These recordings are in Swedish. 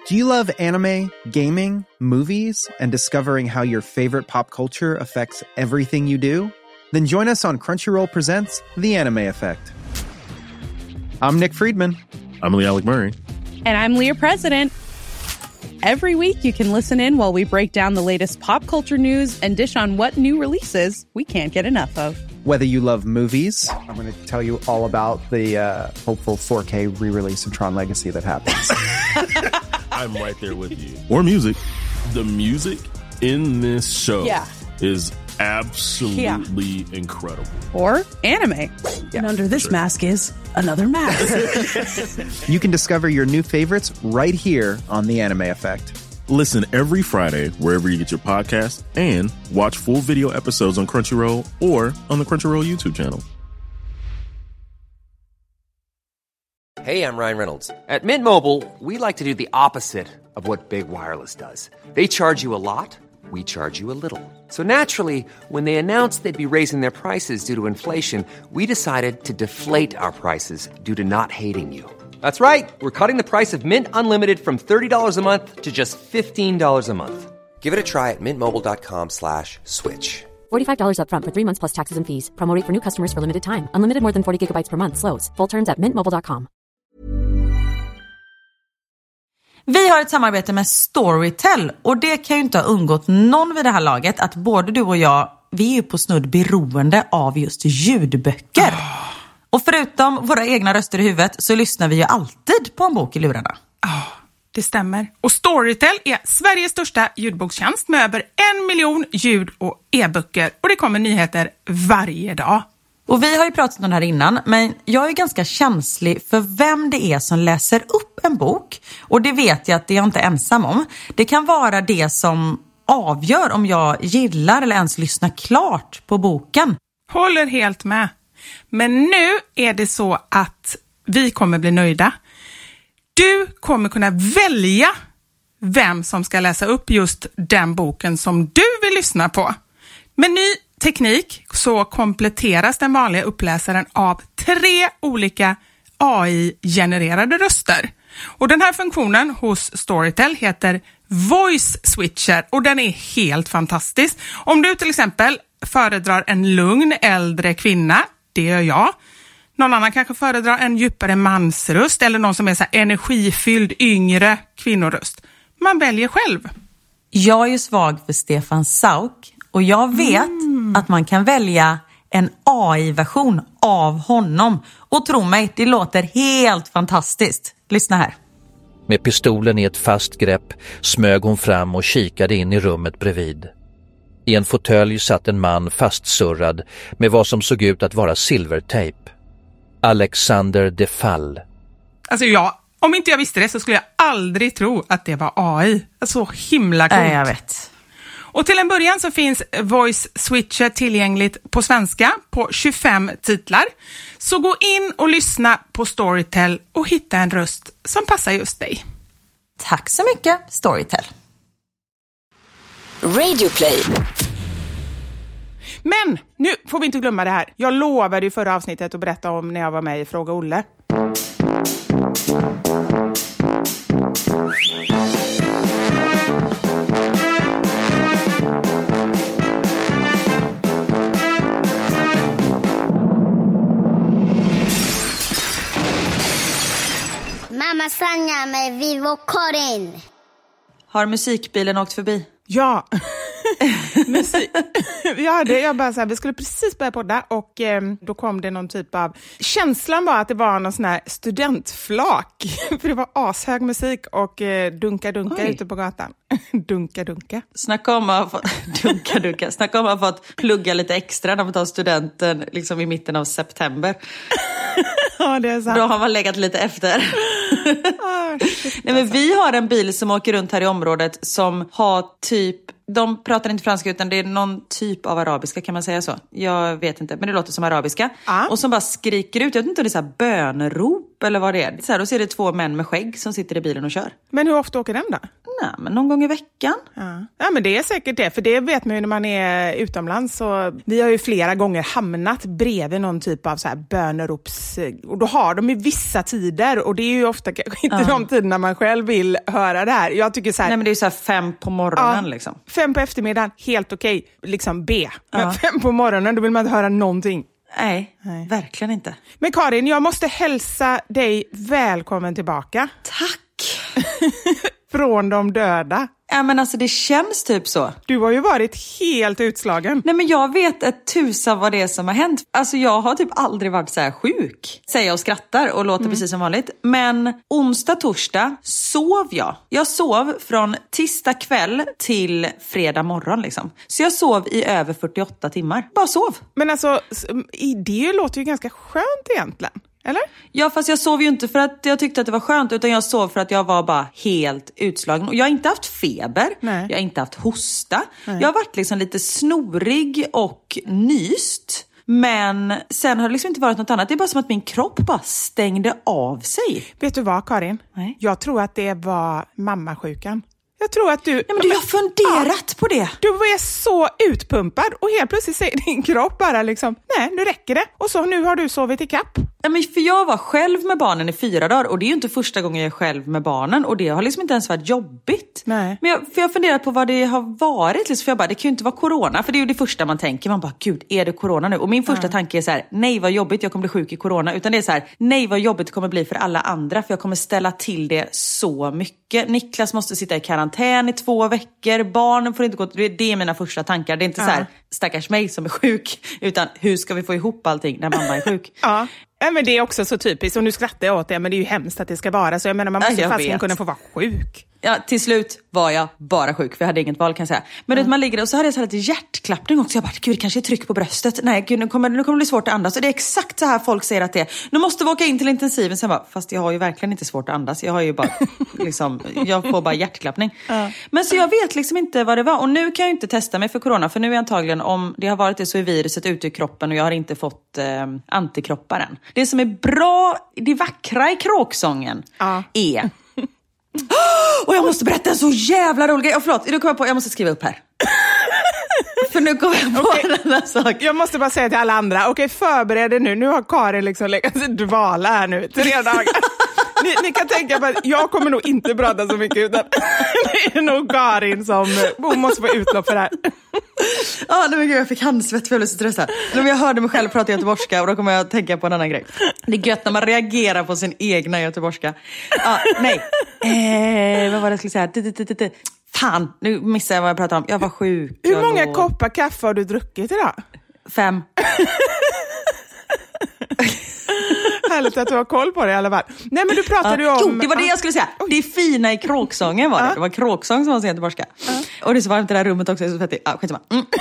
Do you love anime, gaming, movies, and discovering how your favorite pop culture affects everything you do? Then join us on Crunchyroll Presents The Anime Effect. I'm Nick Friedman. I'm Lee Alec Murray. And I'm Leah President. Every week you can listen in while we break down the latest pop culture news and dish on what new releases we can't get enough of. Whether you love movies, I'm going to tell you all about the hopeful 4K re-release of Tron Legacy that happens. I'm right there with you. Or music. The music in this show is absolutely incredible. Or anime. And under this mask is another mask. You can discover your new favorites right here on The Anime Effect. Listen every Friday wherever you get your podcast and watch full video episodes on Crunchyroll or on the Crunchyroll YouTube channel. Hey, I'm Ryan Reynolds. At Mint Mobile, we like to do the opposite of what Big Wireless does. They charge you a lot, we charge you a little. So naturally, when they announced they'd be raising their prices due to inflation, we decided to deflate our prices due to not hating you. That's right. We're cutting the price of Mint Unlimited from $30 a month to just $15 a month. Give it a try at mintmobile.com/switch. $45 up front for 3 months plus taxes and fees. Promo rate for new customers for limited time. Unlimited more than 40 gigabytes per month. Slows full terms at mintmobile.com. Vi har ett samarbete med Storytel och det kan ju inte ha undgått någon vid det här laget att både du och jag, vi är ju på snudd beroende av just ljudböcker. Och förutom våra egna röster i huvudet så lyssnar vi ju alltid på en bok i lurarna. Det stämmer. Och Storytel är Sveriges största ljudbokstjänst med över 1 miljon ljud- och e-böcker. Och det kommer nyheter varje dag. Och vi har ju pratat om det här innan, men jag är ganska känslig för vem det är som läser upp en bok. Och det vet jag att det är jag inte ensam om. Det kan vara det som avgör om jag gillar eller ens lyssnar klart på boken. Håller helt med. Men nu är det så att vi kommer bli nöjda. Du kommer kunna välja vem som ska läsa upp just den boken som du vill lyssna på. Med ny teknik så kompletteras den vanliga uppläsaren av 3 olika AI-genererade röster. Och den här funktionen hos Storytel heter Voice Switcher och den är helt fantastisk. Om du till exempel föredrar en lugn äldre kvinna, det gör jag. Någon annan kanske föredrar en djupare mansröst eller någon som är så här energifylld yngre kvinnoröst. Man väljer själv. Jag är ju svag för Stefan Sauk och jag vet att man kan välja en AI-version av honom. Och tro mig, det låter helt fantastiskt. Lyssna här. Med pistolen i ett fast grepp smög hon fram och kikade in i rummet bredvid. I en fåtölj satt en man fastsurrad med vad som såg ut att vara silvertejp. Alexander de Fall. Alltså om inte jag visste det så skulle jag aldrig tro att det var AI. Så himla coolt. Jag vet. Och till en början så finns Voice Switcher tillgängligt på svenska på 25 titlar. Så gå in och lyssna på Storytel och hitta en röst som passar just dig. Tack så mycket, Storytel. Radio Play. Men nu får vi inte glömma det här. Jag lovade i förra avsnittet att berätta om när jag var med i Fråga Olle. Mamma sänga med Vivo Karin. Har musikbilen åkt förbi? Ja. Jag bara så här, vi skulle precis börja podda och då kom det någon typ av känslan var att det var någon sån här studentflak för det var ashög musik och dunka ute på gatan. dunka. Snacka om att ha fått plugga lite extra när man tar studenten liksom i mitten av september. Ja, det är sant. Då har man legat lite efter. Nej, men vi har en bil som åker runt här i området som har typ, de pratar inte franska utan det är någon typ av arabiska, kan man säga så? Jag vet inte, men det låter som arabiska. Och som bara skriker ut, jag vet inte om det är så här bönerop eller vad det är. Så här, då ser det 2 män med skägg som sitter i bilen och kör. Men hur ofta åker den då? Nej, men någon gång i veckan. Ja, men det är säkert det. För det vet man ju när man är utomlands. Så vi har ju flera gånger hamnat bredvid någon typ av så här bönerops... Och då har de ju vissa tider. Och det är ju ofta kanske inte de tiderna man själv vill höra det här. Jag tycker så här... Nej, men det är ju så här 5 på morgonen liksom. 5 på eftermiddagen, helt okej. Liksom B. Men 5 på morgonen, då vill man inte höra någonting. Nej, verkligen inte. Men Karin, jag måste hälsa dig välkommen tillbaka. Tack! Från de döda. Ja, men alltså det känns typ så. Du har ju varit helt utslagen. Nej, men jag vet ett tusan vad det är som har hänt. Alltså jag har typ aldrig varit så här sjuk. Säger jag och skrattar och låter precis som vanligt. Men onsdag, torsdag sov jag. Jag sov från tisdag kväll till fredag morgon liksom. Så jag sov i över 48 timmar. Bara sov. Men alltså, det låter ju ganska skönt egentligen. Eller? Ja, fast jag sov ju inte för att jag tyckte att det var skönt, utan jag sov för att jag var bara helt utslagen. Och jag har inte haft feber, jag har inte haft hosta. Nej. Jag har varit liksom lite snorig och nyst. Men sen har det liksom inte varit något annat. Det är bara som att min kropp bara stängde av sig. Vet du vad, Karin? Nej. Jag tror att det var mammasjukan. Jag tror att du... Nej, men du har funderat på det. Du är så utpumpad och helt plötsligt säger din kropp bara liksom, nej, nu räcker det. Och så nu har du sovit i kapp. Ja, men för jag var själv med barnen i 4 dagar och det är ju inte första gången jag är själv med barnen och det har liksom inte ens varit jobbigt. Nej. Men jag har funderat på vad det har varit. Liksom, för jag bara, det kan ju inte vara corona. För det är ju det första man tänker. Man bara, gud, är det corona nu? Och min första tanke är så här, nej vad jobbigt, jag kommer bli sjuk i corona. Utan det är så här, nej vad jobbigt det kommer bli för alla andra. För jag kommer ställa till det så mycket. Niklas måste sitta i karantän i 2 veckor. Barnen får inte gå. Det är mina första tankar. Det är inte så här, stackars mig som är sjuk. Utan hur ska vi få ihop allting när mamma är sjuk? Ja. Ja, men det är också så typiskt. Och nu skrattar jag åt det, men det är ju hemskt att det ska vara. Så jag menar, man måste ju fast kunna få vara sjuk. Ja, till slut var jag bara sjuk. För jag hade inget val, kan jag säga. Men man ligger där och så hade jag så här lite hjärtklappning också. Jag bara, gud, det kanske är tryck på bröstet. Nej, gud, nu kommer det bli svårt att andas. Och det är exakt så här folk säger att det är. Nu måste vi åka in till intensiven. Så jag bara, fast jag har ju verkligen inte svårt att andas. Jag har ju bara, liksom, jag får bara hjärtklappning. Men så jag vet liksom inte vad det var. Och nu kan jag inte testa mig för corona. För nu är antagligen, om det har varit det, så är viruset ute i kroppen. Och jag har inte fått antikroppar än. Det som är bra, det vackra i kråksången är... Och jag måste berätta en så jävla rolig grej. Förlåt, nu kommer jag på, jag måste skriva upp här. För nu kommer jag på den här saken. Jag måste bara säga till alla andra, okej, förbered er nu. Nu har Karin liksom legat sig dvala här nu 3 dagar. Ni kan tänka på att jag kommer nog inte prata så mycket, utan det är nog Karin som hon måste få utlopp för det här. Ja, men gud, jag fick handsvett för jag blev så stressad. Jag hörde mig själv prata göteborgska och då kommer jag att tänka på en annan grej. Det är gött när man reagerar på sin egna göteborska. Vad var det jag skulle säga? Fan, nu missade jag vad jag pratade om. Jag var sjuk. Hur många koppar kaffe har du druckit idag? 5. Härligt att du har koll på det i alla fall. Nej, men du pratade ju om... Jo, det var det jag skulle säga. Det fina i kråksången var det. Det var kråksång som var så göteborgska. Och det är så varmt i det här rummet också. Så fett. Skitsamma.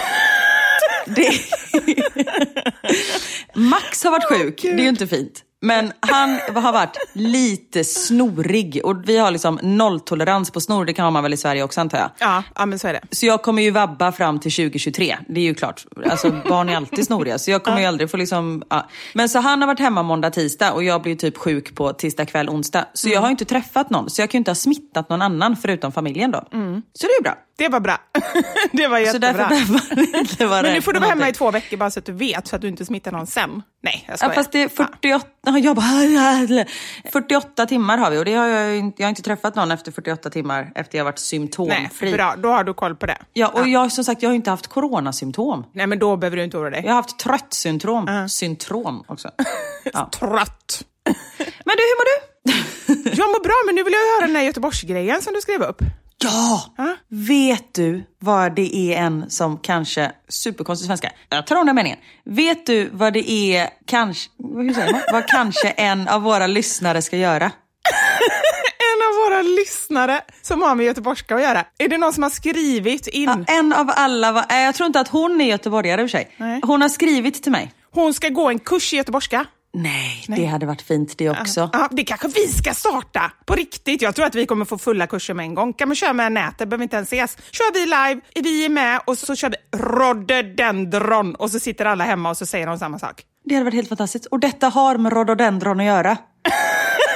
Max har varit sjuk. Det är ju inte fint. Men han har varit lite snorig. Och vi har liksom nolltolerans på snor. Det kan man väl i Sverige också, antar jag. Ja, men så är det. Så jag kommer ju vabba fram till 2023. Det är ju klart. Alltså barn är alltid snoriga. Så jag kommer ju aldrig få liksom... Men så han har varit hemma måndag, tisdag. Och jag blir ju typ sjuk på tisdag kväll, onsdag. Så jag har inte träffat någon. Så jag kan ju inte ha smittat någon annan förutom familjen då. Så det är ju bra. Det var bra. Det var jättebra. Det var men nu får du vara hemma i 2 veckor bara så att du vet, så att du inte smittar någon sen. Nej, jag skojar. Fast det är 48... Jag bara, 48 timmar har vi. Och det har jag har inte träffat någon efter 48 timmar. Efter jag varit symptomfri. Nej, bra. Då har du koll på det. Ja, och jag, som sagt, jag har inte haft coronasymptom. Nej, men då behöver du inte oroa dig. Jag har haft trött-syndrom. Syntrom också. Trött. Men du, hur mår du? Jag mår bra, men nu vill jag höra den här Göteborgsgrejen som du skrev upp. Ja! Vet du vad det är en som kanske, superkonstig svenska, jag tror den här meningen. Vet du vad det är, kanske, hur säger man? Vad kanske en av våra lyssnare ska göra? En av våra lyssnare som har med göteborgska att göra. Är det någon som har skrivit in? Ja, en av alla, jag tror inte att hon är göteborgare i och för sig. Nej. Hon har skrivit till mig. Hon ska gå en kurs i göteborgska. Nej, det hade varit fint det också. Ja, det kanske vi ska starta. På riktigt, jag tror att vi kommer få fulla kurser med en gång. Kan man köra med nätet, behöver inte ens ses. Kör vi live, vi är med och så kör vi rhododendron. Och så sitter alla hemma och så säger de samma sak. Det hade varit helt fantastiskt. Och detta har med rhododendron att göra.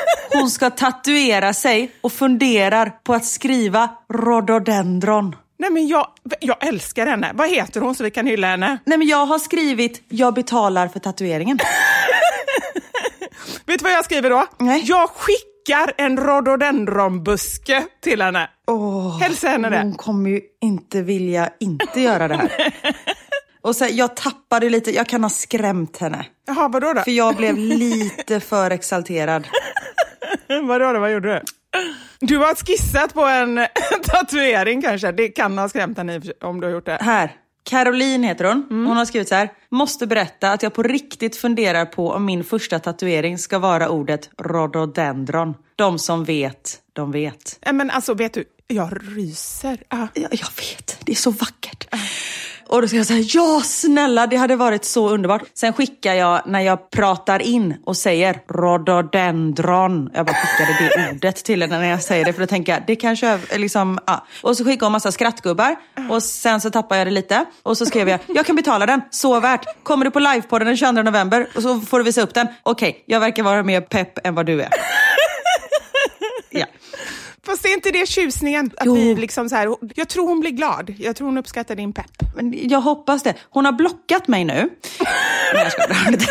Hon ska tatuera sig och funderar på att skriva rhododendron. Nej, men jag älskar henne. Vad heter hon så vi kan hylla henne? Nej, men jag har skrivit, jag betalar för tatueringen. Vet du vad jag skriver då? Nej. Jag skickar en rhododendronbuske till henne. Hälsa henne det. Hon kommer ju inte vilja inte göra det här. Och så, jag tappade lite, jag kan ha skrämt henne. Jaha, vadå då? För jag blev lite för exalterad. Vadå då, vad gjorde du? Du har skissat på en tatuering kanske. Det kan ha skrämt henne om du har gjort det. Här, Caroline heter hon. Hon har skrivit så här: måste berätta att jag på riktigt funderar på om min första tatuering ska vara ordet rhododendron. De som vet, de vet. Men alltså, vet du, jag ryser. Jag vet, det är så vackert. Och då ska jag säga, ja snälla, det hade varit så underbart. Sen skickar jag, när jag pratar in och säger rhododendron. Jag bara skickade det ordet till henne när jag säger det. För då tänker jag, det kanske liksom, ja. Och så skickar jag en massa skrattgubbar. Och sen så tappar jag det lite. Och så skrev jag kan betala den, så värt. Kommer du på livepodden den 22 november och så får du visa upp den. Okej, jag verkar vara mer pepp än vad du är. Ja. Fast är inte det tjusningen? Att vi liksom så här, jag tror hon blir glad. Jag tror hon uppskattar din pepp. Men jag hoppas det. Hon har blockat mig nu. Men jag ska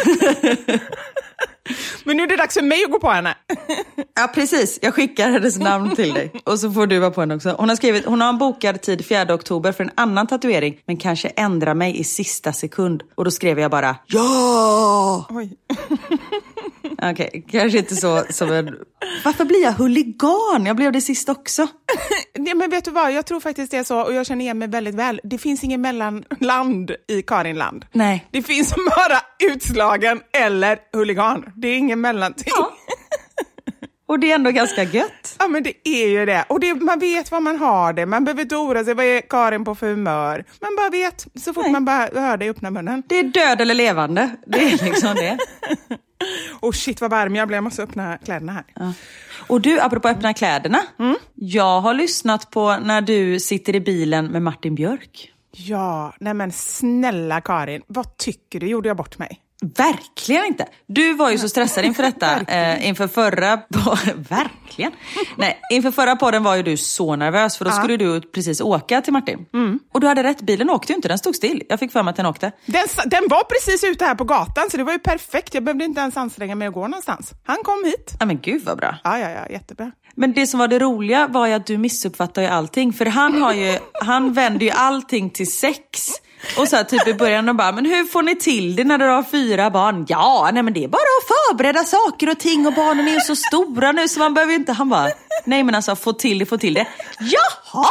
Men nu är det dags för mig att gå på henne. Ja, precis. Jag skickar hennes namn till dig. Och så får du vara på henne också. Hon har skrivit, hon har en bokad tid 4 oktober för en annan tatuering. Men kanske ändra mig i sista sekund. Och då skrev jag bara, ja! Oj. Okej, kanske inte så som en... Varför blir jag huligan? Jag blev det sist också. Nej, men vet du vad? Jag tror faktiskt det är så, och jag känner igen mig väldigt väl. Det finns ingen mellanland i Karinland. Nej. Det finns bara utslagen eller huligan. Det är ingen mellanting. Ja. Och det är ändå ganska gött. Ja, men det är ju det. Och man vet vad man har det. Man behöver inte oroa sig, vad är Karin på för humör? Man bara vet, så fort man bara hör det öppna munnen. Det är död eller levande. Det är liksom det. Och shit vad varm jag blir, jag måste öppna kläderna här. Ja. Och du, apropå öppna kläderna. Jag har lyssnat på när du sitter i bilen med Martin Björk. Ja, nej men snälla Karin, vad tycker du? Gjorde jag bort mig? Verkligen inte. Du var ju så stressad inför detta. Inför förra... Verkligen. Nej, inför förra podden var ju du så nervös. För då skulle du precis åka till Martin. Och du hade rätt, bilen åkte ju inte, den stod still. Jag fick för mig att den åkte. Den var precis ute här på gatan, så det var ju perfekt. Jag behövde inte ens anstränga mig att gå någonstans. Han kom hit. Ja, men gud vad bra. Ja, jättebra. Men det som var det roliga var ju att du missuppfattar ju allting. För han vänder ju allting till sex. Och så här, typ i början och bara, men hur får ni till det när du har 4 barn? Ja, nej men det är bara att förbereda saker och ting, och barnen är ju så stora nu så man behöver inte. Han bara, nej men alltså få till det. Jaha!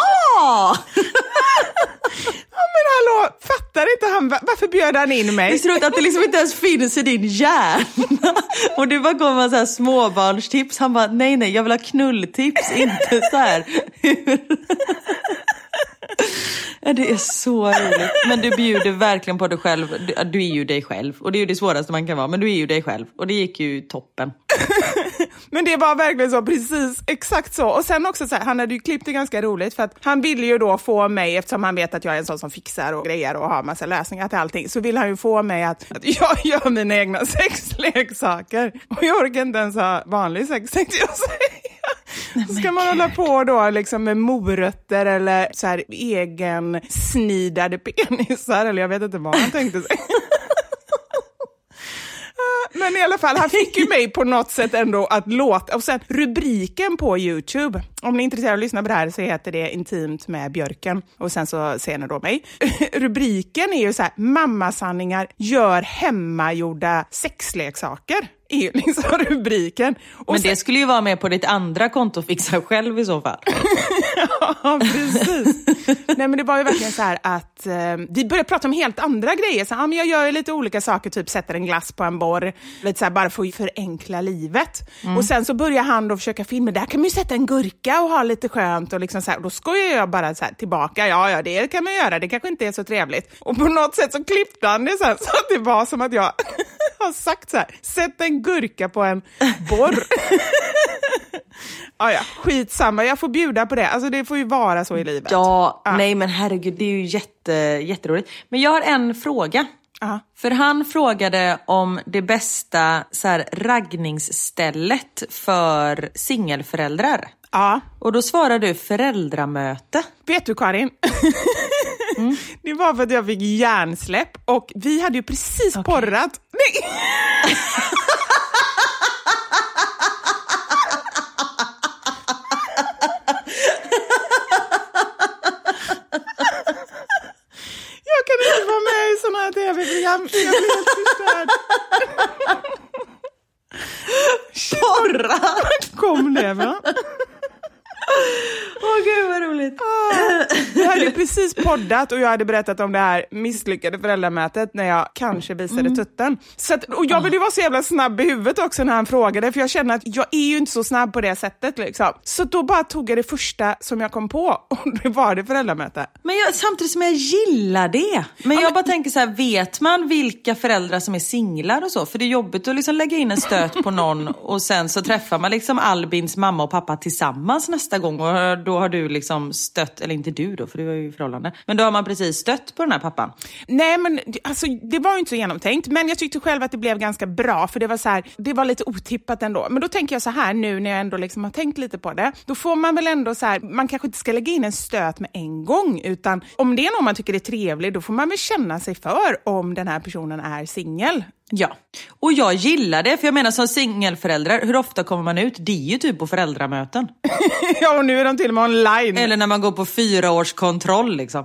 Ja men hallå, fattar inte han, varför bjöd han in mig? Det ser ut att det liksom inte ens finns i din hjärna. Och du bara kommer med så här småbarnstips. Han bara, nej, jag vill ha knulltips, inte så här. Ja, det är så roligt. Men du bjuder verkligen på dig själv. Du är ju dig själv. Och det är ju det svåraste man kan vara. Men du är ju dig själv. Och det gick ju toppen. Men det var verkligen så, precis, exakt så. Och sen också så här, han hade ju klippt det ganska roligt. För att han ville ju då få mig, eftersom han vet att jag är en sån som fixar och grejer och har massa lösningar till allting. Så vill han ju få mig att jag gör mina egna sexleksaker. Och jag orkar inte ens ha vanlig sex, tänkte jag säga. Ska man hålla på då liksom med morötter eller så här egen snidade penisar, eller jag vet inte vad han tänkte sig. Men i alla fall, han fick ju mig på något sätt ändå att låta. Och sen rubriken på YouTube, om ni är intresserade av att lyssna på det här, så heter det Intimt med Björken. Och sen så ser ni då mig. Rubriken är ju så här: mammasanningar gör hemmagjorda sexleksaker. Är ju liksom rubriken. Och men det skulle ju vara med på ditt andra konto, fixa själv i så fall. Ja, precis. Nej, men det var ju verkligen så här att vi började prata om helt andra grejer. Så, men jag gör ju lite olika saker, typ sätter en glass på en borr. Lite så här, bara för att förenkla livet. Och sen så börjar han då försöka filma. Där kan man ju sätta en gurka och ha lite skönt. Och liksom så här, då skojar jag bara så här tillbaka. Ja, det kan man göra. Det kanske inte är så trevligt. Och på något sätt så klippte han det så att det var som att jag har sagt så här: sätt en gurka på en borr. Ja, skitsamma. Jag får bjuda på det. Alltså det får ju vara så i livet. Ja, nej men herregud, det är ju jätteroligt. Men jag har en fråga. För han frågade om det bästa så här, raggningsstället för singelföräldrar. Ja. Och då svarade du föräldramöte. Vet du, Karin? Det var för att jag fick hjärnsläpp och vi hade ju precis porrat. Nej. Jag kan inte vara med i sådana här tv-program. Jag blir helt förstörd. Porrat! Kom det, va? Åh gud vad roligt. Vi hade precis poddat och jag hade berättat om det här misslyckade föräldramötet när jag kanske visade tutten. Så att, och jag ville ju vara så jävla snabb i huvudet också när han frågade, för jag känner att jag är ju inte så snabb på det sättet liksom. Så då bara tog jag det första som jag kom på och det var det föräldramöte. Men samtidigt som jag gillar det. Men jag bara tänker så här, vet man vilka föräldrar som är singlar och så? För det är jobbigt att liksom lägga in en stöt på någon och sen så träffar man liksom Albins mamma och pappa tillsammans nästa gång och då har du liksom stött, eller inte du då för du är ju i förhållande, men då har man precis stött på den här pappan. Nej men alltså det var ju inte så genomtänkt, men jag tyckte själv att det blev ganska bra för det var så här, det var lite otippat ändå. Men då tänker jag så här nu när jag ändå liksom har tänkt lite på det, då får man väl ändå så här, man kanske inte ska lägga in en stöt med en gång, utan om det är någon man tycker är trevlig, då får man väl känna sig för om den här personen är singel. Ja, och jag gillar det, för jag menar som singelföräldrar, hur ofta kommer man ut? Det är ju typ på föräldramöten. Ja, och nu är de till och med online. Eller när man går på 4-årskontroll liksom.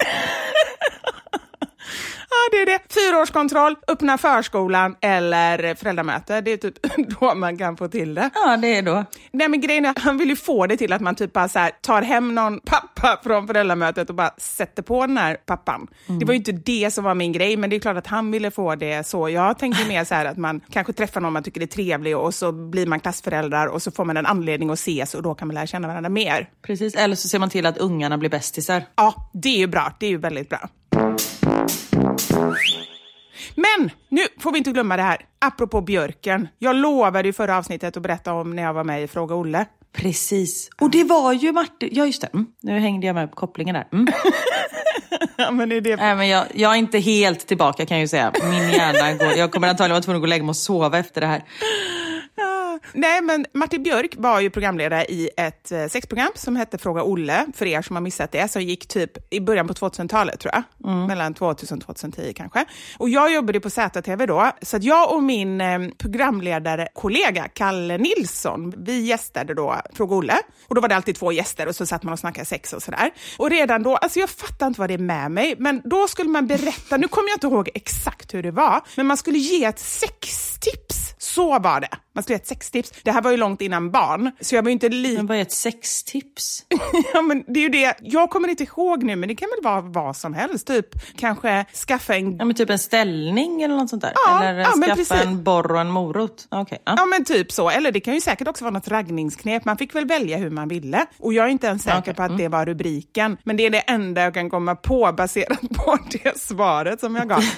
Ja, det är det. 4-årskontroll, öppna förskolan eller föräldramöte. Det är typ då man kan få till det. Ja, det är då. Nej, men grejen är, han vill ju få det till att man typ bara så här, tar hem någon pappa från föräldramötet och bara sätter på den här pappan. Det var ju inte det som var min grej, men det är klart att han ville få det så. Jag tänkte mer så här att man kanske träffar någon man tycker är trevlig och så blir man klassföräldrar och så får man en anledning att ses och då kan man lära känna varandra mer. Precis, eller så ser man till att ungarna blir bästisar. Ja, det är ju bra. Det är ju väldigt bra. Men nu får vi inte glömma det här. Apropå björken. Jag lovade ju förra avsnittet att berätta om när jag var med i Fråga Olle. Precis. Och det var ju Martin. Ja, just det. Nu hängde jag med på kopplingen där. Ja, men det är det. Nej, men jag är inte helt tillbaka kan jag ju säga. Min hjärna går. Jag kommer antagligen vara tvungen att gå och lägga mig och sova efter det här. Nej, men Martin Björk var ju programledare i ett sexprogram som hette Fråga Olle, för er som har missat det, som gick typ i början på 2000-talet tror jag, mellan 2000 och 2010 kanske. Och jag jobbade på ZTV då, så att jag och min programledare-kollega Kalle Nilsson, vi gästade då Fråga Olle, och då var det alltid 2 gäster och så satt man och snackade sex och sådär. Och redan då, alltså jag fattar inte vad det är med mig, men då skulle man berätta, nu kommer jag inte ihåg exakt hur det var, men man skulle ge ett sextips, så var det. Man skulle ge ett sextips. Det här var ju långt innan barn. Så jag var ju inte Men vad är ett sextips? Ja, men det är ju det. Jag kommer inte ihåg nu, men det kan väl vara vad som helst. Typ kanske skaffa en... Ja, men typ en ställning eller något sånt där. Ja, eller skaffa en borr och en morot. Okay, ja. Ja, men typ så. Eller det kan ju säkert också vara något raggningsknep. Man fick väl välja hur man ville. Och jag är inte ens säker på att det var rubriken. Men det är det enda jag kan komma på baserat på det svaret som jag gav.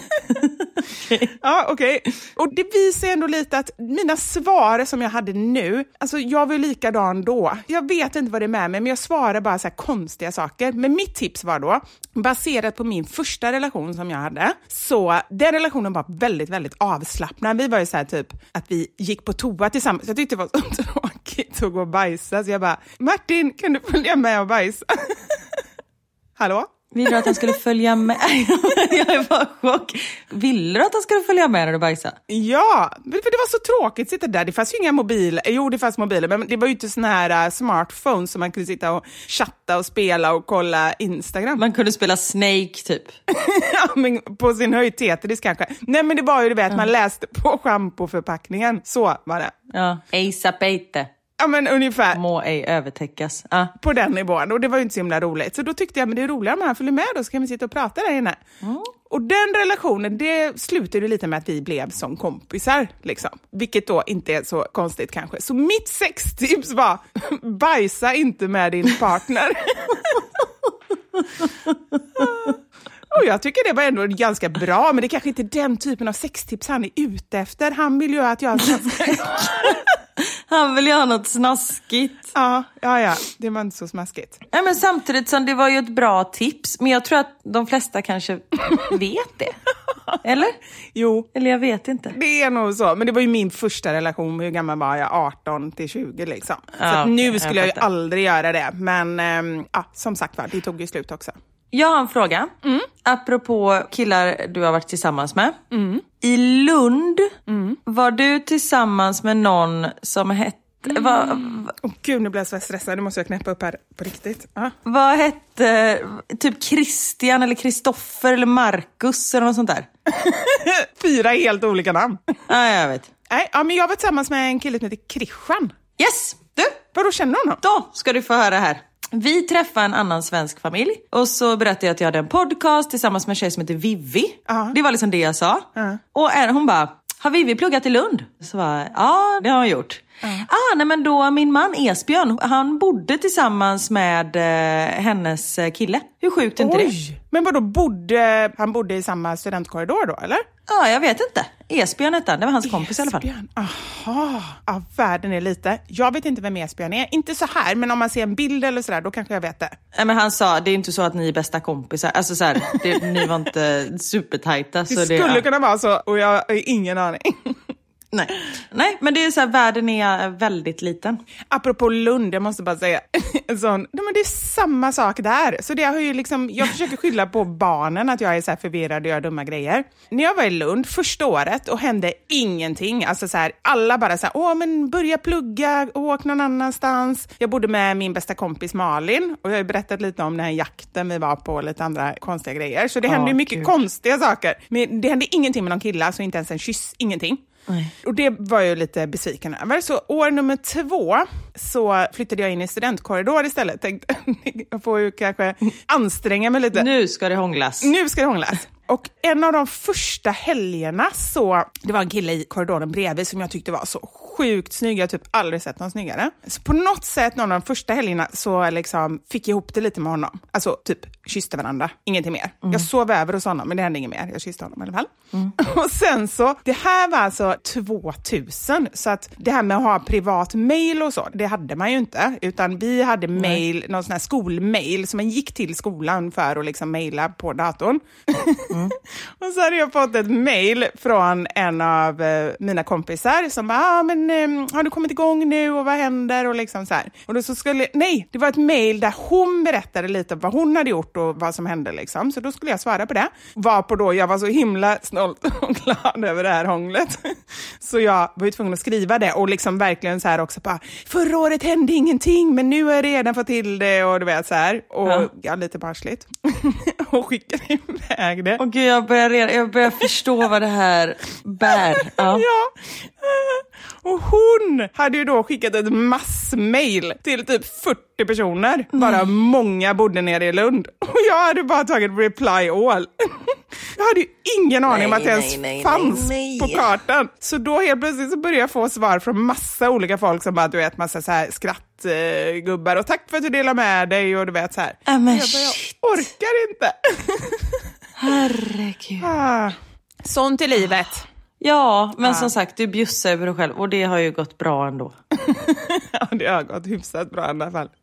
Ja, okej. Och det visar ändå lite att mina svar som jag hade nu, alltså jag var ju likadan då. Jag vet inte vad det är med mig, men jag svarar bara så här konstiga saker. Men mitt tips var då, baserat på min första relation som jag hade, så den relationen var väldigt, väldigt avslappnad. Vi var ju så här typ att vi gick på toa tillsammans. Jag tyckte det var så tråkigt att gå och bajsa, så jag bara, Martin, kan du följa med och bajsa? Hallå? Vill du att han skulle följa med? Jag är bara chock. Vill du att han skulle följa med när du bajsade? Ja, för det var så tråkigt att sitta där. Det fanns ju inga mobiler. Jo, det fanns mobiler, men det var ju inte såna här smartphones som man kunde sitta och chatta och spela och kolla Instagram. Man kunde spela Snake typ. Ja, men på sin höjd Tetris kanske. Nej, men det var ju det att man läste på schampoförpackningen. Så var det. Ja, Eisa Peite. Ja, men ungefär. Må ej övertäckas. På den nivån. Och det var ju inte så himla roligt. Så då tyckte jag, men det är roligare om han följer med då, så kan vi sitta och prata där inne. Och den relationen, det slutade lite med att vi blev som kompisar. Liksom. Vilket då inte är så konstigt kanske. Så mitt sextips var, bajsa inte med din partner. Och jag tycker det var ändå ganska bra, men det är kanske inte den typen av sextips han är ute efter. Han vill ju att jag ska... Han vill ju ha något snaskigt. Ja, det var inte så smaskigt. Nej, men samtidigt som det var ju ett bra tips, men jag tror att de flesta kanske vet det. Eller? Jo. Eller jag vet inte. Det är nog så. Men det var ju min första relation. Hur gammal var jag? 18 till 20 liksom. Så att nu skulle jag ju aldrig göra det. Men som sagt var, det tog ju slut också. Jag har en fråga. Apropå killar du har varit tillsammans med. I Lund var du tillsammans med någon som hette... Gud, nu blir jag så stressad. Nu måste jag knäppa upp här på riktigt. Vad hette typ Christian eller Kristoffer eller Marcus eller något sånt där? 4 helt olika namn. Ja, jag vet. Nej, men jag var tillsammans med en kille som heter Christian. Yes, du. Vadå, känner du honom? Då ska du få höra här. Vi träffade en annan svensk familj. Och så berättade jag att jag hade en podcast tillsammans med en tjej som heter Vivi. Det var liksom det jag sa. Och hon bara, har Vivi pluggat i Lund? Så var ja, det har hon gjort. Nej men då min man Esbjörn, han bodde tillsammans med hennes kille. Hur sjukt är inte det? Men vadå, han bodde i samma studentkorridor då, eller? Ja, jag vet inte. Esbjörn hette han, det var hans kompis i alla fall. Aha, ja, världen är lite. Jag vet inte vem Esbjörn är. Inte så här, men om man ser en bild eller sådär, då kanske jag vet det. Nej, men han sa, det är inte så att ni är bästa kompisar. Alltså så här, ni var inte supertajta. Det skulle kunna vara så, och jag har ingen aning. Nej, men det är så här, världen är väldigt liten. Apropå Lund, jag måste bara säga men det är samma sak där. Så det har ju liksom, jag försöker skylla på barnen att jag är så här förvirrad och gör dumma grejer. När jag var i Lund första året och hände ingenting. Alltså så här, alla bara så här, men börja plugga, åk någon annanstans. Jag bodde med min bästa kompis Malin och jag har berättat lite om den här jakten vi var på och lite andra konstiga grejer. Så det hände ju mycket konstiga saker. Men det hände ingenting med någon kille, så inte ens en kyss, ingenting. Nej. Och det var jag lite besviken över. Så år nummer 2 så flyttade jag in i studentkorridor istället. Tänkte, jag får ju kanske anstränga mig lite. Nu ska det hånglas. Och en av de första helgerna så, det var en kille i korridoren bredvid som jag tyckte var så sjukt snygg. Jag har typ aldrig sett någon snyggare. Så på något sätt, någon av de första helgerna så liksom fick jag ihop det lite med honom. Alltså typ kysste varandra, ingenting mer. Jag sov över hos honom, men det hände inget mer. Jag kysste honom i alla fall. Och sen så, det här var alltså 2000. Så att det här med att ha privat mail och så, det hade man ju inte. Utan vi hade mail, någon sån här skolmail som man gick till skolan för att liksom maila på datorn. Och så hade jag fått ett mail från en av mina kompisar som bara, har du kommit igång nu och vad händer och liksom så här. Och då så det var ett mail där hon berättade lite om vad hon hade gjort och vad som hände liksom. Så då skulle jag svara på det. Varpå då jag var så himla snålt och glad över det här hånglet. Så jag var ju tvungen att skriva det och liksom verkligen så här också bara, förra året hände ingenting men nu har jag redan fått till det och du vet så här. Och ja, lite barsligt. Och skickade iväg det. Och gud, jag börjar förstå vad det här bär. Ja. Och hon hade ju då skickat ett massmail till typ 40 personer. Bara många bodde nere i Lund. Och jag hade bara tagit reply all. Jag hade ju ingen aning om att det ens fanns på kartan. Så då helt plötsligt så började jag få svar från massa olika folk som bara, du vet, massa så här skrattgubbar. Och tack för att du delar med dig och du vet så här. Jag orkar inte. Herregud. Sånt i livet. Ja, men som sagt, du bjussar över dig själv och det har ju gått bra ändå. Ja, det har gått hyfsat bra i alla fall.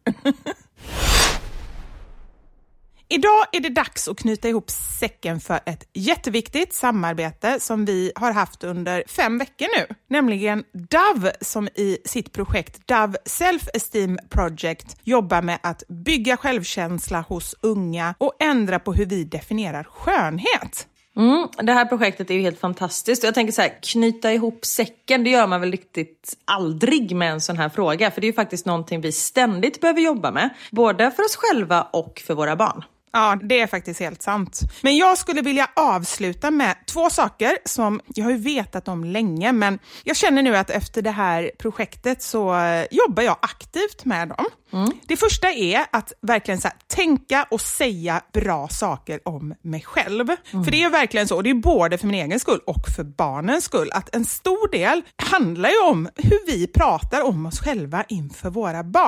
Idag är det dags att knyta ihop säcken för ett jätteviktigt samarbete som vi har haft under 5 veckor nu. Nämligen Dove som i sitt projekt Dove Self-Esteem Project jobbar med att bygga självkänsla hos unga och ändra på hur vi definierar skönhet. Det här projektet är ju helt fantastiskt. Jag tänker så här, knyta ihop säcken, det gör man väl riktigt aldrig med en sån här fråga. För det är ju faktiskt någonting vi ständigt behöver jobba med. Både för oss själva och för våra barn. Ja, det är faktiskt helt sant. Men jag skulle vilja avsluta med 2 saker som jag har ju vetat om länge. Men jag känner nu att efter det här projektet så jobbar jag aktivt med dem. Det första är att verkligen så här, tänka och säga bra saker om mig själv. För det är verkligen så, och det är både för min egen skull och för barnens skull, att en stor del handlar ju om hur vi pratar om oss själva inför våra barn.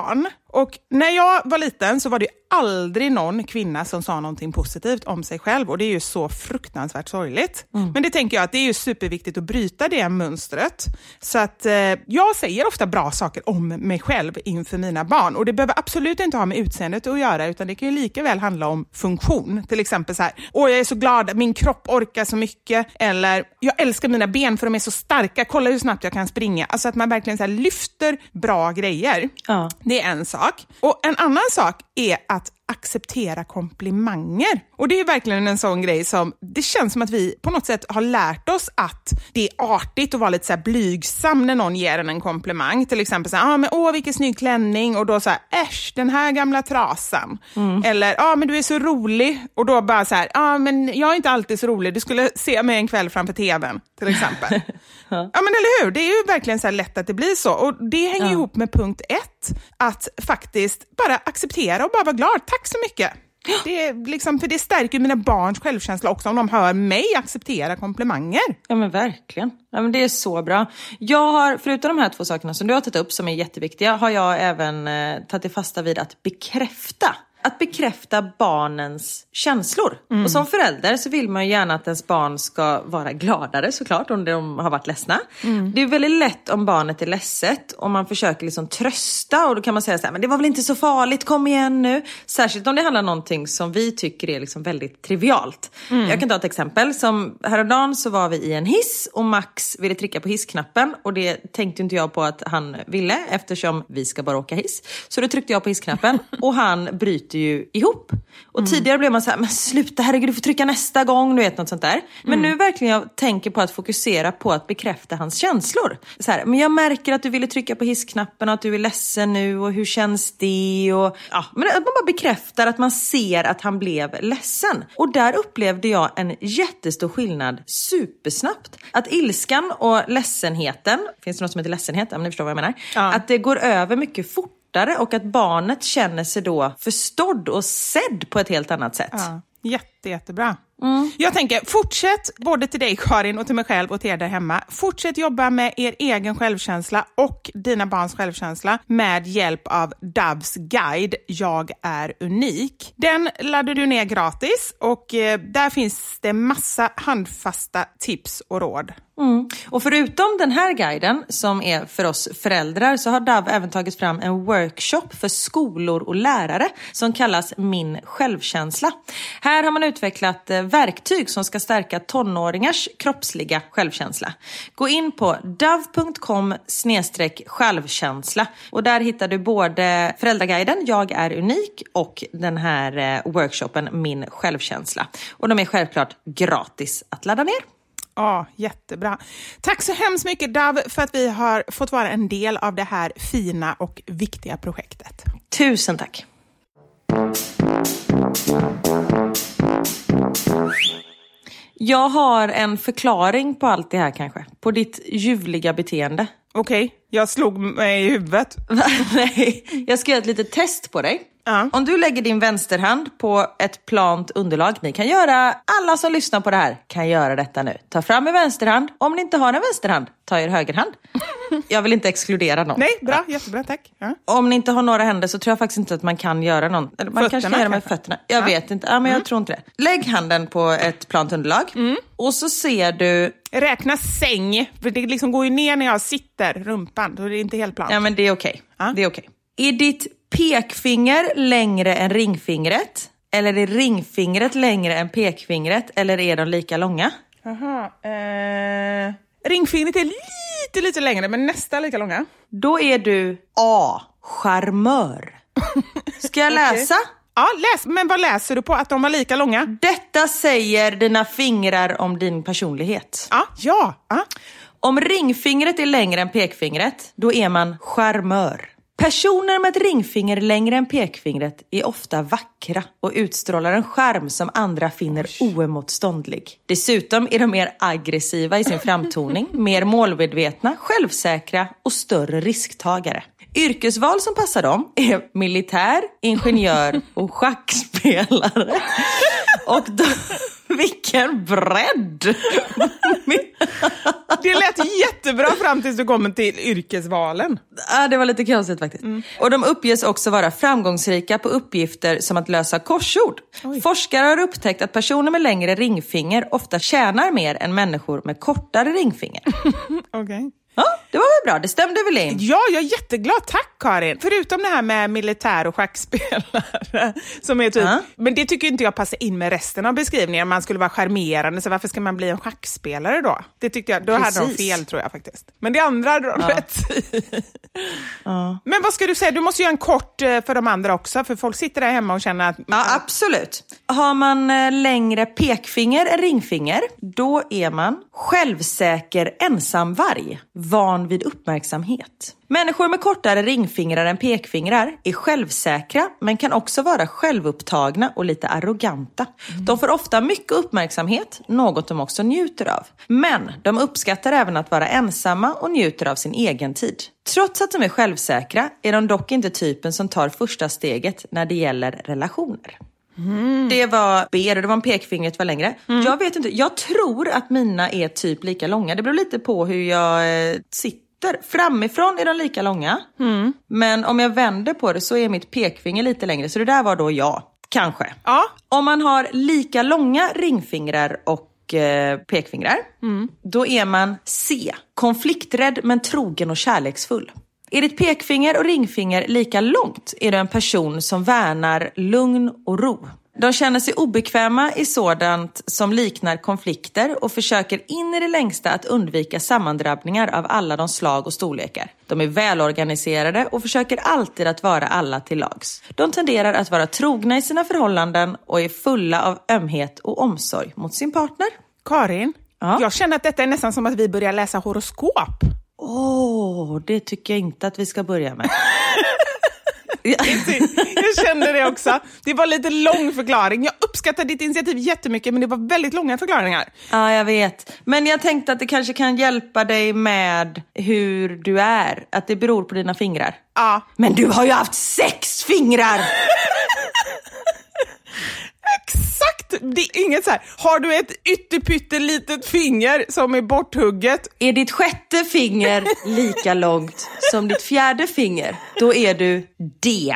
Och när jag var liten så var det aldrig någon kvinna som sa någonting positivt om sig själv. Och det är ju så fruktansvärt sorgligt. Men det tänker jag att det är ju superviktigt att bryta det mönstret. Så att jag säger ofta bra saker om mig själv inför mina barn. Och det behöver absolut inte ha med utseendet att göra, utan det kan ju lika väl handla om funktion. Till exempel så här, jag är så glad att min kropp orkar så mycket. Eller, jag älskar mina ben för de är så starka. Kolla hur snabbt jag kan springa. Alltså att man verkligen så här lyfter bra grejer. Ja. Det är en sak. Och en annan sak är att acceptera komplimanger. Och det är verkligen en sån grej som det känns som att vi på något sätt har lärt oss att det är artigt att vara lite så här blygsam när någon ger en komplimang. Till exempel så här, men vilken snygg klänning. Och då så här, den här gamla trasan. Eller, men du är så rolig. Och då bara så här, men jag är inte alltid så rolig. Du skulle se mig en kväll framför tvn, till exempel. Ja, men eller hur? Det är ju verkligen så här lätt att det blir så. Och det hänger ihop med punkt 1. Att faktiskt bara acceptera och bara vara glad. Tack så mycket. Det är liksom, för det stärker mina barns självkänsla också om de hör mig acceptera komplimanger. Ja men verkligen. Ja, men det är så bra. Jag har, förutom de här 2 sakerna som du har tagit upp som är jätteviktiga, har jag även tagit fasta vid att bekräfta. Att bekräfta barnens känslor. Och som förälder så vill man ju gärna att ens barn ska vara gladare såklart om de har varit ledsna. Det är väldigt lätt om barnet är ledset och man försöker liksom trösta och då kan man säga så här, men det var väl inte så farligt, kom igen nu. Särskilt om det handlar om någonting som vi tycker är liksom väldigt trivialt. Jag kan ta ett exempel. Som häromdagen så var vi i en hiss och Max ville trycka på hissknappen och det tänkte inte jag på att han ville eftersom vi ska bara åka hiss. Så då tryckte jag på hissknappen och han bryter ju ihop. Och tidigare blev man så här, men sluta herregud, du får trycka nästa gång, du vet, något sånt där. Men nu verkligen jag tänker på att fokusera på att bekräfta hans känslor. Så här, men jag märker att du ville trycka på hissknappen och att du är ledsen nu och hur känns det? Och, men att man bara bekräftar att man ser att han blev ledsen. Och där upplevde jag en jättestor skillnad supersnabbt. Att ilskan och ledsenheten, finns det något som heter ledsenhet? Ja, men ni förstår vad jag menar. Att det går över mycket fort. Och att barnet känner sig då förstådd och sedd på ett helt annat sätt. Ja, jättebra. Jag tänker, fortsätt både till dig Karin och till mig själv och till er där hemma. Fortsätt jobba med er egen självkänsla och dina barns självkänsla med hjälp av Doves guide Jag är unik. Den laddar du ner gratis och där finns det massa handfasta tips och råd. Och förutom den här guiden som är för oss föräldrar så har Dove även tagit fram en workshop för skolor och lärare som kallas Min självkänsla. Här har man utvecklat verktyg som ska stärka tonåringars kroppsliga självkänsla. Gå in på dove.com/självkänsla och där hittar du både föräldraguiden Jag är unik och den här workshopen Min självkänsla. Och de är självklart gratis att ladda ner. Ja, jättebra. Tack så hemskt mycket Dove för att vi har fått vara en del av det här fina och viktiga projektet. Tusen tack. Jag har en förklaring på allt det här kanske. På ditt ljuvliga beteende. Okej, jag slog mig i huvudet. Nej, jag ska göra ett litet test på dig. Om du lägger din vänsterhand på ett plant underlag, ni kan göra, alla som lyssnar på det här kan göra detta nu. Ta fram en vänsterhand. Om ni inte har en vänsterhand, ta er högerhand. Jag vill inte exkludera någon. Nej, bra, jättebra, tack. Om ni inte har några händer så tror jag faktiskt inte att man kan göra någon. Eller man kanske kan göra med fötterna. Jag vet inte, men jag tror inte det. Lägg handen på ett plant underlag. Och så ser du... Räkna säng, för det liksom går ju ner när jag sitter, rumpan. Då är det inte helt plant. Ja, men det är okej. Det är okej. Är ditt pekfinger längre än ringfingret? Eller är ringfingret längre än pekfingret? Eller är de lika långa? Ringfingret är lite längre, men nästan lika långa. Då är du A. Charmör. Ska jag läsa? Ja, läs. Men vad läser du på? Att de var lika långa? Detta säger dina fingrar om din personlighet. Ja. Om ringfingret är längre än pekfingret, då är man charmör. Personer med ett ringfinger längre än pekfingret är ofta vackra och utstrålar en charm som andra finner oemotståndlig. Dessutom är de mer aggressiva i sin framtoning, mer målmedvetna, självsäkra och större risktagare. Yrkesval som passar dem är militär, ingenjör och schackspelare. Och då, vilken bredd! Det lät jättebra fram tills du kommer till yrkesvalen. Ja, det var lite konstigt faktiskt. Och de uppges också vara framgångsrika på uppgifter som att lösa korsord. Oj. Forskare har upptäckt att personer med längre ringfinger ofta tjänar mer än människor med kortare ringfinger. Okej. Ja, det var väl bra. Det stämde väl in? Ja, jag är jätteglad. Tack, Karin. Förutom det här med militär och schackspelare. Som är typ, men det tycker inte jag passar in med resten av beskrivningen. Man skulle vara charmerande, så varför ska man bli en schackspelare då? Det tyckte jag, då hade de fel tror jag faktiskt. Men det andra hade de rätt i. Men vad ska du säga? Du måste göra en kort för de andra också. För folk sitter där hemma och känner att... Ja, absolut. Har man längre pekfinger än ringfinger, då är man självsäker ensamvarg. Van vid uppmärksamhet. Människor med kortare ringfingrar än pekfingrar är självsäkra, men kan också vara självupptagna och lite arroganta. De får ofta mycket uppmärksamhet, något de också njuter av. Men de uppskattar även att vara ensamma och njuter av sin egen tid. Trots att de är självsäkra är de dock inte typen som tar första steget när det gäller relationer. Det var B och det var en pekfingret var längre. Jag vet inte, jag tror att mina är typ lika långa. Det beror lite på hur jag sitter. Framifrån är de lika långa. Men om jag vänder på det så är mitt pekfinger lite längre. Så det där var då jag, kanske. Ja. Om man har lika långa ringfingrar och pekfingrar, då är man C. Konflikträdd men trogen och kärleksfull. Är ditt pekfinger och ringfinger lika långt är du en person som värnar lugn och ro. De känner sig obekväma i sådant som liknar konflikter och försöker in i det längsta att undvika sammandrabbningar av alla de slag och storlekar. De är välorganiserade och försöker alltid att vara alla till lags. De tenderar att vara trogna i sina förhållanden och är fulla av ömhet och omsorg mot sin partner. Karin, jag känner att detta är nästan som att vi börjar läsa horoskop. Det tycker jag inte att vi ska börja med. Jag kände det också. Det var lite lång förklaring. Jag uppskattar ditt initiativ jättemycket, men det var väldigt långa förklaringar. Ja, jag vet. Men jag tänkte att det kanske kan hjälpa dig med hur du är. Att det beror på dina fingrar. Ja. Men du har ju haft 6 fingrar! Exakt! Det är inget så här. Har du ett ytterpyttelitet finger som är borthugget? Är ditt 6:e finger lika långt som ditt 4:e finger? Då är du D.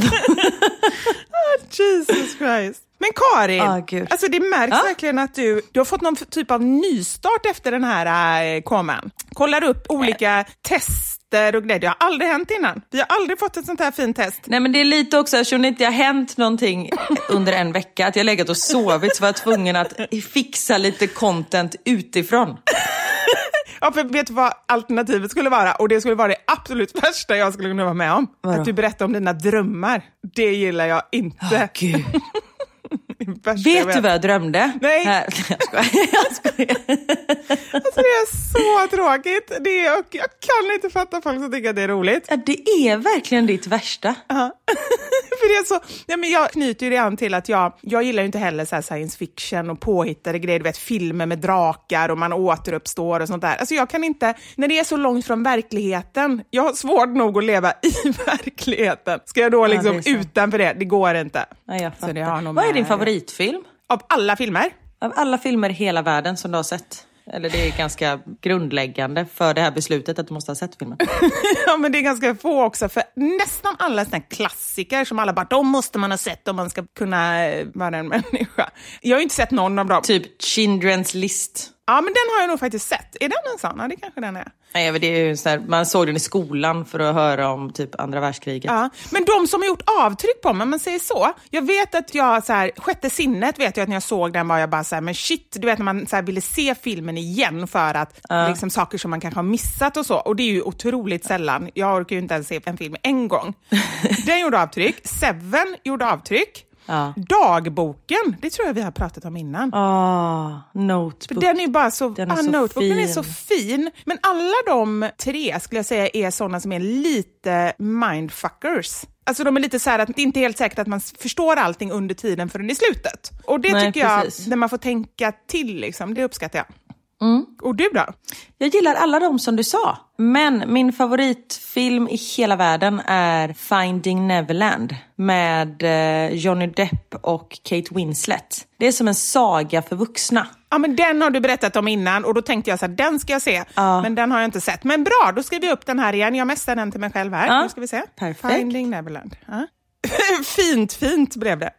Jesus Christ. Men Karin, alltså det märks verkligen att du har fått någon typ av nystart efter den här komen. Kollar upp olika tester och grejer. Det har aldrig hänt innan. Vi har aldrig fått ett sånt här fint test. Nej, men det är lite också, eftersom det inte har hänt någonting under en vecka, att jag legat och sovit, så var jag tvungen att fixa lite content utifrån. Ja, för vet du vad alternativet skulle vara? Och det skulle vara det absolut värsta jag skulle kunna vara med om. Vadå? Att du berättar om dina drömmar. Det gillar jag inte. Gud. Vet du vad jag drömde? Nej. Jag skojar. Alltså det är så tråkigt. Jag kan inte fatta folk som tycker att det är roligt. Ja, det är verkligen ditt värsta. För det är så, men jag knyter ju det an till att jag gillar ju inte heller så här science fiction och påhittade grejer. Du vet, filmer med drakar och man återuppstår och sånt där. Alltså jag kan inte, när det är så långt från verkligheten, jag har svårt nog att leva i verkligheten. Ska jag då liksom utanför det? Det går inte. Ja, jag fattar. Så det har nog vad är din favoritfilm? Av alla filmer? Av alla filmer i hela världen som du har sett. Eller det är ganska grundläggande för det här beslutet att du måste ha sett filmen. Ja, men det är ganska få också. För nästan alla såna klassiker som alla bara, de måste man ha sett om man ska kunna vara en människa. Jag har inte sett någon av dem. Typ Schindler's List. Ja, men den har jag nog faktiskt sett. Är den en sån? Ja, det kanske den är. Nej, det är ju så här, man såg den i skolan för att höra om typ andra världskriget. Ja, men de som har gjort avtryck på mig, man säger så. Jag vet att jag så här, sjätte sinnet vet jag att när jag såg den var jag bara så här, men shit, du vet när man så här, ville se filmen igen för att liksom saker som man kanske har missat och så. Och det är ju otroligt sällan. Jag orkar ju inte ens se en film en gång. Den gjorde avtryck. Seven gjorde avtryck. Dagboken, det tror jag vi har pratat om innan. Notebook. Den är bara så, den är så Notebook, fin. Den är så fin. Men alla de 3 skulle jag säga är sådana som är lite mindfuckers. Alltså de är lite så här att det inte är helt säkert att man förstår allting under tiden förrän i slutet. Och det tycker jag, när man får tänka till liksom, det uppskattar jag. Och du då? Jag gillar alla de som du sa. Men min favoritfilm i hela världen är Finding Neverland med Johnny Depp och Kate Winslet. Det är som en saga för vuxna. Ja, men den har du berättat om innan och då tänkte jag så här, den ska jag se. Men den har jag inte sett. Men bra, då skriver jag upp den här igen. Jag mästar den till mig själv här. Nu ska vi se. Perfekt. Finding Neverland. Fint blev det.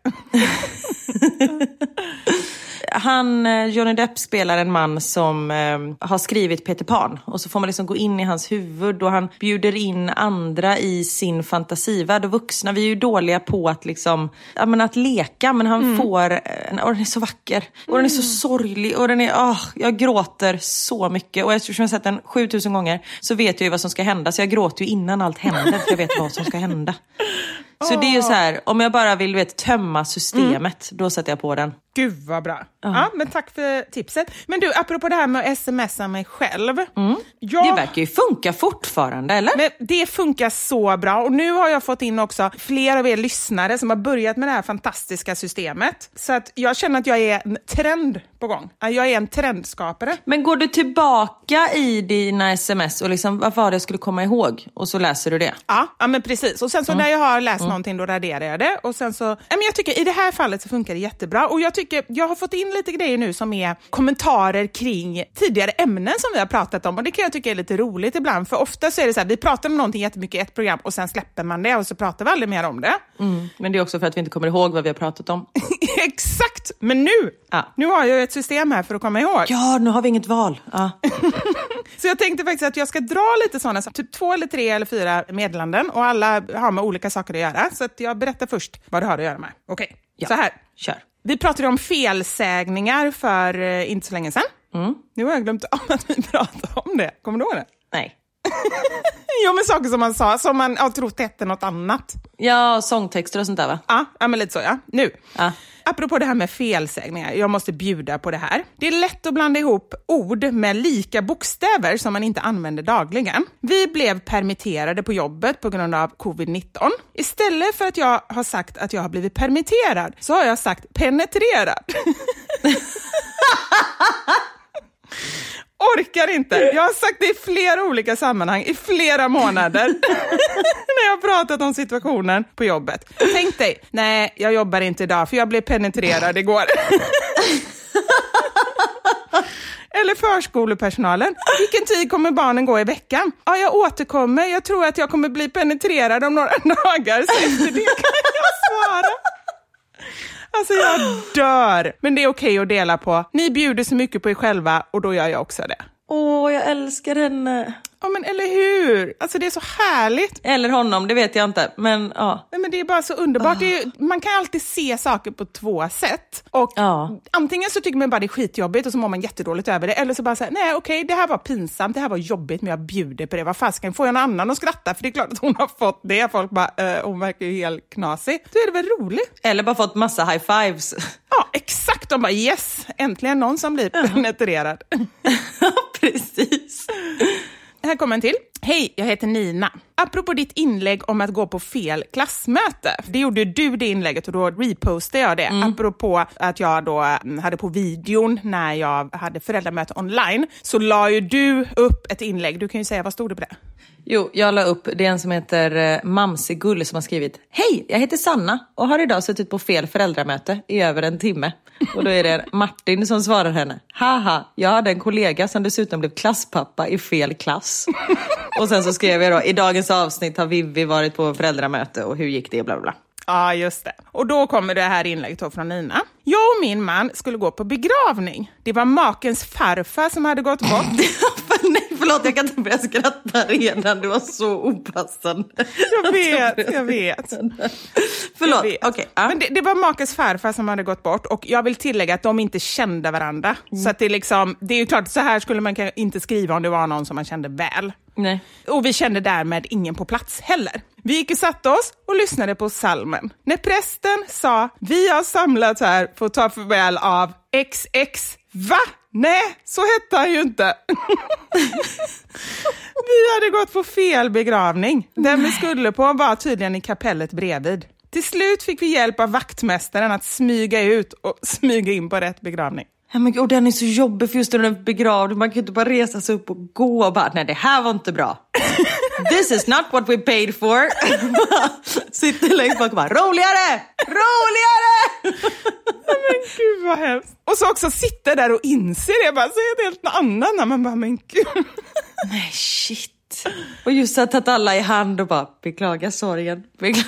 Johnny Depp spelar en man som har skrivit Peter Pan. Och så får man liksom gå in i hans huvud och han bjuder in andra i sin fantasivärld. Och vuxna, vi är ju dåliga på att liksom, att leka. Men han får, och den är så vacker. Och den är så sorglig. Och den är, jag gråter så mycket. Och eftersom jag har sett den 7000 gånger så vet jag ju vad som ska hända. Så jag gråter ju innan allt händer för jag vet vad som ska hända. Så det är ju så här, om jag bara vill tömma systemet, då sätter jag på den. Gud vad bra. Ja, men tack för tipset. Men du, apropå det här med att smsa mig själv. Det verkar ju funka fortfarande, eller? Men det funkar så bra. Och nu har jag fått in också flera av er lyssnare som har börjat med det här fantastiska systemet. Så att jag känner att jag är en trend på gång. Jag är en trendskapare. Men går du tillbaka i dina sms och liksom, vad var det jag skulle komma ihåg? Och så läser du det? Ja men precis. Och sen så när jag har läst någonting, då raderar jag det. Och sen så, men jag tycker i det här fallet så funkar det jättebra. Och jag har fått in lite grejer nu som är kommentarer kring tidigare ämnen som vi har pratat om. Och det kan jag tycka är lite roligt ibland. För ofta så är det så här, vi pratar om någonting jättemycket i ett program och sen släpper man det och så pratar vi aldrig mer om det. Men det är också för att vi inte kommer ihåg vad vi har pratat om. Exakt! Men nu har jag ett system här för att komma ihåg. Ja, nu har vi inget val. Så jag tänkte faktiskt att jag ska dra lite sådana, typ 2 eller 3 eller 4 meddelanden. Och alla har med olika saker att göra. Så att jag berättar först vad det har att göra med. Okej, så här. Kör. Vi pratade om felsägningar för inte så länge sedan. Nu har jag glömt om att vi pratade om det. Kommer du ihåg det? Nej. Jo, men saker som man sa, som man har trott hette något annat. Ja, sångtexter och sånt där, va? Ja, men lite så, ja. Nu. Apropå det här med felsägningar, jag måste bjuda på det här. Det är lätt att blanda ihop ord med lika bokstäver som man inte använder dagligen. Vi blev permitterade på jobbet på grund av covid-19. Istället för att jag har sagt att jag har blivit permitterad så har jag sagt penetrerad. Orkar inte. Jag har sagt det i flera olika sammanhang i flera månader när jag har pratat om situationen på jobbet. Tänk dig, nej, jag jobbar inte idag för jag blev penetrerad igår. Eller förskolepersonalen. Vilken tid kommer barnen gå i veckan? Ja, jag återkommer. Jag tror att jag kommer bli penetrerad om några dagar. Så efter det kan jag svara. Alltså jag dör. Men det är okej att dela på. Ni bjuder så mycket på er själva och då gör jag också det. Jag älskar henne. Ja, men eller hur? Alltså det är så härligt. Eller honom, det vet jag inte. Men ja. Nej, men det är bara så underbart. Man kan alltid se saker på 2 sätt. Och antingen så tycker man bara det är skitjobbigt och så mår man jättedåligt över det. Eller så bara säga, nej okej, det här var pinsamt, det här var jobbigt men jag bjuder på det. Vad fan, får jag någon annan att skratta? För det är klart att hon har fått det. Folk bara, hon verkar ju helt knasig. Då är det väl roligt. Eller bara fått massa high fives. Ja, exakt. De bara, yes, äntligen någon som blir penetrerad. Precis. Här kommer en till. Hej, jag heter Nina. Apropå ditt inlägg om att gå på fel klassmöte. Det gjorde du det inlägget och då repostade jag det. Apropå att jag då hade på videon när jag hade föräldramöte online. Så la ju du upp ett inlägg. Du kan ju säga, vad stod det på det? Jo, jag la upp, det är en som heter Mamsegull som har skrivit: Hej, jag heter Sanna och har idag suttit på fel föräldramöte i över en timme. Och då är det Martin som svarar henne: Haha, jag hade en kollega som dessutom blev klasspappa i fel klass. Och sen så skrev jag då: i dagens avsnitt har Vivi varit på föräldramöte och hur gick det, bla bla bla. Ja, just det. Och då kommer det här inlägget då från Nina. Jag och min man skulle gå på begravning. Det var makens farfar som hade gått bort. Nej, förlåt, jag kan inte börja skratta redan. Du var så opassande. Jag vet. Förlåt, okej. Men det var makens farfar som hade gått bort. Och jag vill tillägga att de inte kände varandra. Så att det är liksom, det är ju klart, så här skulle man inte skriva om det var någon som man kände väl. Nej. Och vi kände därmed ingen på plats heller. Vi gick och satte oss och lyssnade på salmen. När prästen sa: vi har samlats här för att ta farväl av XX. Va? Nej, så hette han ju inte. Vi hade gått på fel begravning. Den vi skulle på var tydligen i kapellet bredvid. Till slut fick vi hjälp av vaktmästaren att smyga ut och smyga in på rätt begravning. Och den är så jobbig för just när den är begravd. Man kan inte bara resa sig upp och gå och bara, nej det här var inte bra. This is not what we paid for. Sitter längst bak och bara, roligare! Men gud vad hemskt. Och så också sitta där och inse det. Bara, så är det helt något annat. Man bara, men gud. Nej, shit. Och just att alla i hand och bara, beklaga sorgen.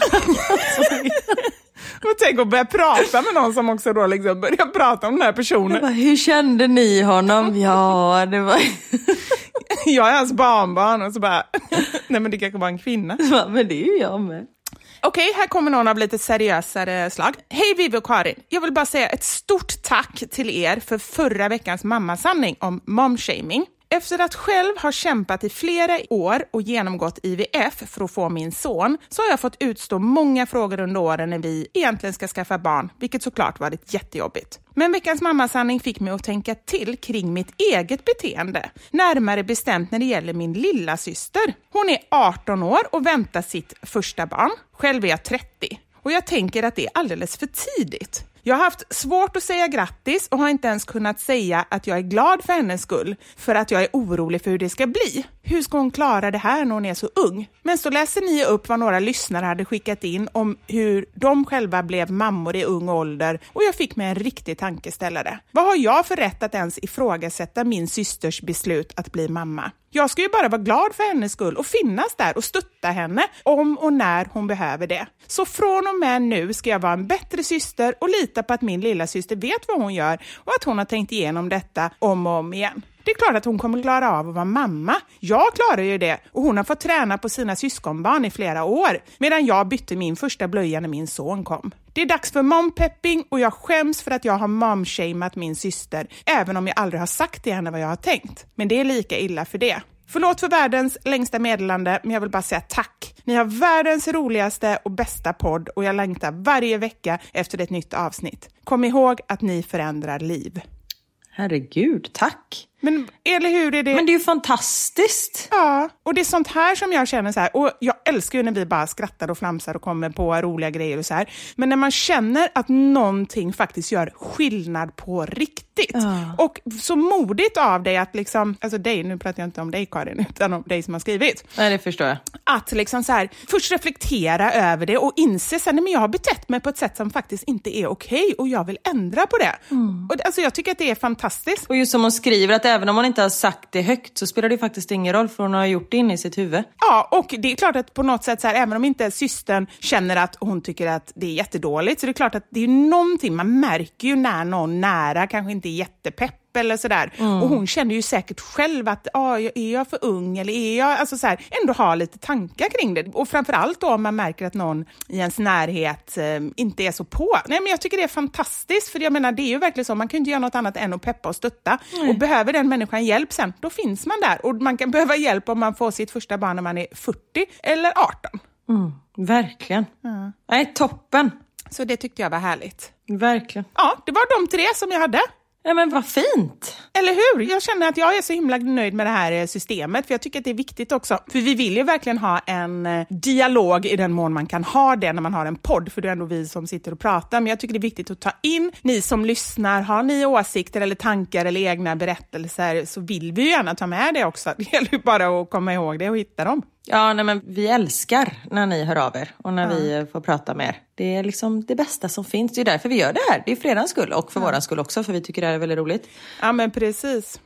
Och tänk att börja prata med någon som också då liksom börjar prata om den här personen. Bara, hur kände ni honom? Ja, det var... Jag är hans barnbarn och så bara, nej men det kanske var en kvinna. Ja, men det är ju jag med. Okej, här kommer någon av lite seriösare slag. Hej Vivi och Karin, jag vill bara säga ett stort tack till er för förra veckans mammasanning om momshaming. Efter att själv ha kämpat i flera år och genomgått IVF för att få min son så har jag fått utstå många frågor under åren när vi egentligen ska skaffa barn, vilket såklart varit jättejobbigt. Men veckans mammasanning fick mig att tänka till kring mitt eget beteende. Närmare bestämt när det gäller min lilla syster. Hon är 18 år och väntar sitt första barn. Själv är jag 30. Och jag tänker att det är alldeles för tidigt. Jag har haft svårt att säga grattis och har inte ens kunnat säga att jag är glad för hennes skull för att jag är orolig för hur det ska bli. Hur ska hon klara det här när hon är så ung? Men så läser ni upp vad några lyssnare hade skickat in om hur de själva blev mammor i ung ålder och jag fick mig en riktig tankeställare. Vad har jag för rätt att ens ifrågasätta min systers beslut att bli mamma? Jag ska ju bara vara glad för hennes skull och finnas där och stötta henne om och när hon behöver det. Så från och med nu ska jag vara en bättre syster och lita på att min lilla syster vet vad hon gör och att hon har tänkt igenom detta om och om igen. Det är klart att hon kommer klara av att vara mamma. Jag klarar ju det och hon har fått träna på sina syskonbarn i flera år medan jag bytte min första blöja när min son kom. Det är dags för mompepping och jag skäms för att jag har momshamat min syster även om jag aldrig har sagt till henne vad jag har tänkt. Men det är lika illa för det. Förlåt för världens längsta meddelande, men jag vill bara säga tack. Ni har världens roligaste och bästa podd och jag längtar varje vecka efter ett nytt avsnitt. Kom ihåg att ni förändrar liv. Herregud, tack. Men eller hur är det? Men det är ju fantastiskt. Ja, och det är sånt här som jag känner så här. Och jag älskar ju när vi bara skrattar och flamsar och kommer på roliga grejer och så här. Men när man känner att någonting faktiskt gör skillnad på riktigt. Och så modigt av dig att liksom, alltså dig, nu pratar jag inte om dig Karin, utan om dig som har skrivit. Nej, det förstår jag. Att liksom så här, först reflektera över det och inse sen, men jag har betett mig på ett sätt som faktiskt inte är okej och jag vill ändra på det. Och alltså jag tycker att det är fantastiskt. Och just som hon skriver att även om hon inte har sagt det högt så spelar det faktiskt ingen roll för hon har gjort det inne i sitt huvud. Ja, och det är klart att på något sätt så här, även om inte systern känner att hon tycker att det är jättedåligt så det är klart att det är någonting, man märker ju när någon nära kanske inte är jättepepp eller sådär. Och hon känner ju säkert själv att är jag för ung eller är jag, alltså så här, ändå ha lite tankar kring det. Och framförallt då om man märker att någon i ens närhet inte är så på. Nej, men jag tycker det är fantastiskt för jag menar det är ju verkligen så, man kan inte göra något annat än att peppa och stötta. Och behöver den människan hjälp sen, då finns man där. Och man kan behöva hjälp om man får sitt första barn när man är 40 eller 18. Verkligen. Nej, toppen. Så det tyckte jag var härligt. Verkligen. Ja, det var de 3 som jag hade. Ja, men vad fint. Eller hur? Jag känner att jag är så himla nöjd med det här systemet. För jag tycker att det är viktigt också. För vi vill ju verkligen ha en dialog i den mån man kan ha det när man har en podd. För det är ändå vi som sitter och pratar. Men jag tycker det är viktigt att ta in ni som lyssnar. Har ni åsikter eller tankar eller egna berättelser så vill vi ju gärna ta med det också. Det gäller ju bara att komma ihåg det och hitta dem. Ja, nej, men vi älskar när ni hör av er och när vi får prata med er. Det är liksom det bästa som finns. Det är därför vi gör det här. Det är för er skull och för våran skull också, för vi tycker det här är väldigt roligt. Ja, men precis.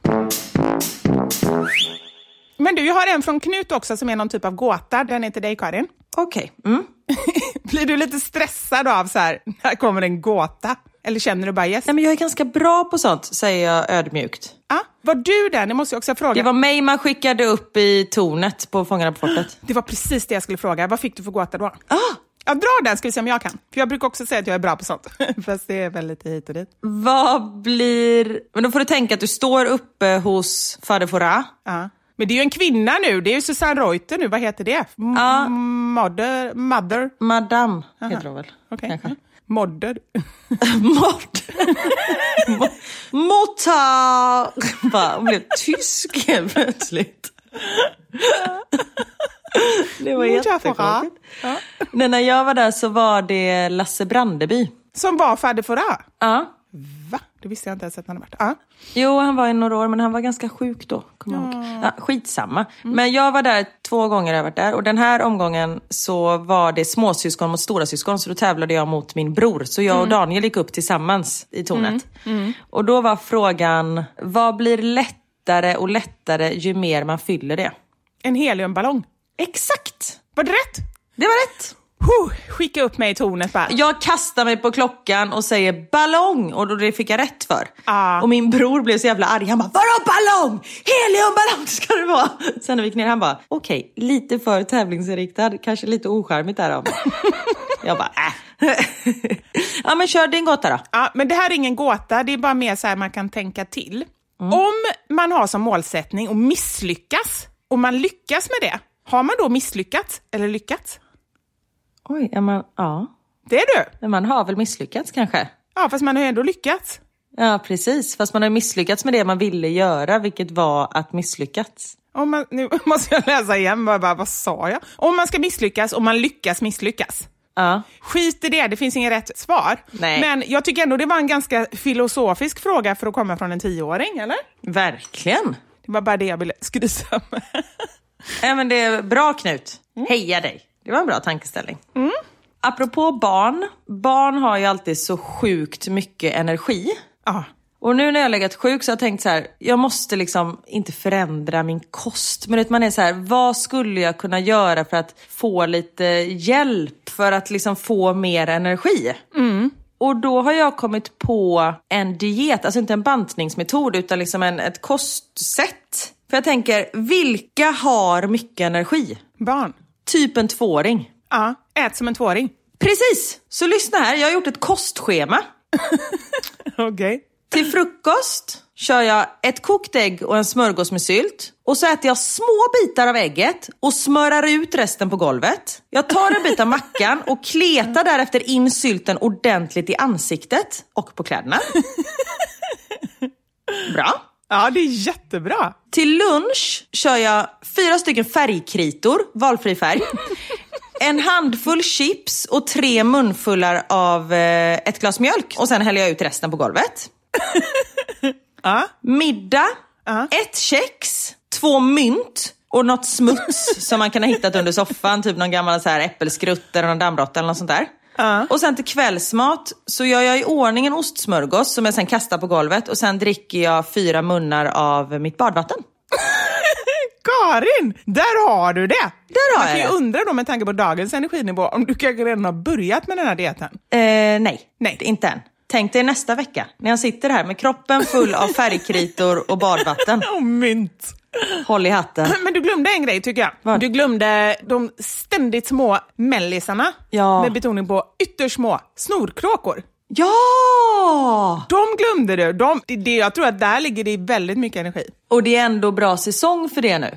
Men du, jag har en från Knut också som är någon typ av gåta. Den är till dig, Karin. Okej. Blir du lite stressad av så här, här kommer en gåta? Eller känner du bara yes? Nej, men jag är ganska bra på sånt, säger jag ödmjukt. Ja, var du där? Det måste jag också fråga. Det var mig man skickade upp i tornet på Fångarna på fortet. Det var precis det jag skulle fråga. Vad fick du för gåta då? Jag drar den, ska vi se om jag kan. För jag brukar också säga att jag är bra på sånt. Fast det är väldigt hit och dit. Vad blir... Men då får du tänka att du står uppe hos Fader Fora. Ja. Men det är ju en kvinna nu. Det är ju Susanne Reuter nu. Vad heter det? Mother? Madame heter hon väl? Okej. Okay. Modder. Motta! Hon blev tysk helt plötsligt. Det var jättekonstigt. Ja. När jag var där så var det Lasse Brandeby. Som var Fader Fora? Ja. Va? Det visste jag inte ens att han hade varit. Jo, han var i några år, men han var ganska sjuk då. Skitsamma. Men jag var där 2 gånger jag varit där. Och den här omgången så var det småsyskon mot stora syskon. Så då tävlade jag mot min bror. Så jag och Daniel gick upp tillsammans i tornet. Och då var frågan, vad blir lättare och lättare ju mer man fyller det? En heliumballong. Exakt! Var det rätt? Det var rätt. Skicka upp mig i tornet bara. Jag kastar mig på klockan och säger ballong. Och då det fick jag rätt för. Och min bror blev så jävla arg. Han bara, vadå ballong? Heliumballong ska det vara. Sen när vi gick ner, han bara, okej, lite för tävlingsinriktad. Kanske lite ocharmigt där av mig. Jag bara, Ja, men kör din gåta då. Ja, men det här är ingen gåta. Det är bara mer så här man kan tänka till. Om man har som målsättning att misslyckas och man lyckas med det, har man då misslyckats eller lyckats? Oj, ja. Det är du. Men man har väl misslyckats kanske? Ja, fast man har ju ändå lyckats. Ja, precis. Fast man har misslyckats med det man ville göra, vilket var att misslyckats. Nu måste jag läsa igen, vad sa jag? Om man ska misslyckas och man lyckas misslyckas. Ja. Skit i det finns ingen rätt svar. Nej. Men jag tycker ändå det var en ganska filosofisk fråga för att komma från en 10-åring, eller? Verkligen. Det var bara det jag ville skryta med. Ja, men det är bra, Knut. Heja dig. Det var en bra tankeställning. Apropå barn. Barn har ju alltid så sjukt mycket energi. Och nu när jag har legat sjuk så har jag tänkt så här, jag måste liksom inte förändra min kost. Men man är så här, vad skulle jag kunna göra för att få lite hjälp för att liksom få mer energi? Och då har jag kommit på en diet, alltså inte en bantningsmetod utan liksom ett kostsätt. För jag tänker, vilka har mycket energi? Barn. Typ en 2-åring. Ja, ät som en 2-åring. Precis, så lyssna här, jag har gjort ett kostschema. Okej. Till frukost kör jag ett kokt ägg och en smörgås med sylt. Och så äter jag små bitar av ägget och smörar ut resten på golvet. Jag tar en bit av mackan och kletar därefter in sylten ordentligt i ansiktet och på kläderna. Bra. Ja, det är jättebra. Till lunch kör jag 4 stycken färgkritor, valfri färg. En handfull chips och 3 munfullar av ett glas mjölk. Och sen häller jag ut resten på golvet. Middag, 1 kex, 2 mynt och något smuts som man kan ha hittat under soffan. Typ någon gammal så här äppelskrutt eller någon dammråtta eller något sånt där. Och sen till kvällsmat så gör jag i ordning en ostsmörgås som jag sen kastar på golvet. Och sen dricker jag 4 munnar av mitt badvatten. Karin, där har du det. Där har jag jag kan ju undra då med tanke på dagens energinivå om du kanske redan har börjat med den här dieten. Nej, inte än. Tänk dig nästa vecka när jag sitter här med kroppen full av färgkritor och badvatten. Och mynt. Håll i hatten. Men du glömde en grej tycker jag. Vad? Du glömde de ständigt små mellisarna. Ja. Med betoning på ytterst små snorkråkor. Ja! De glömde du. Jag tror att där ligger det väldigt mycket energi. Och det är ändå bra säsong för det nu.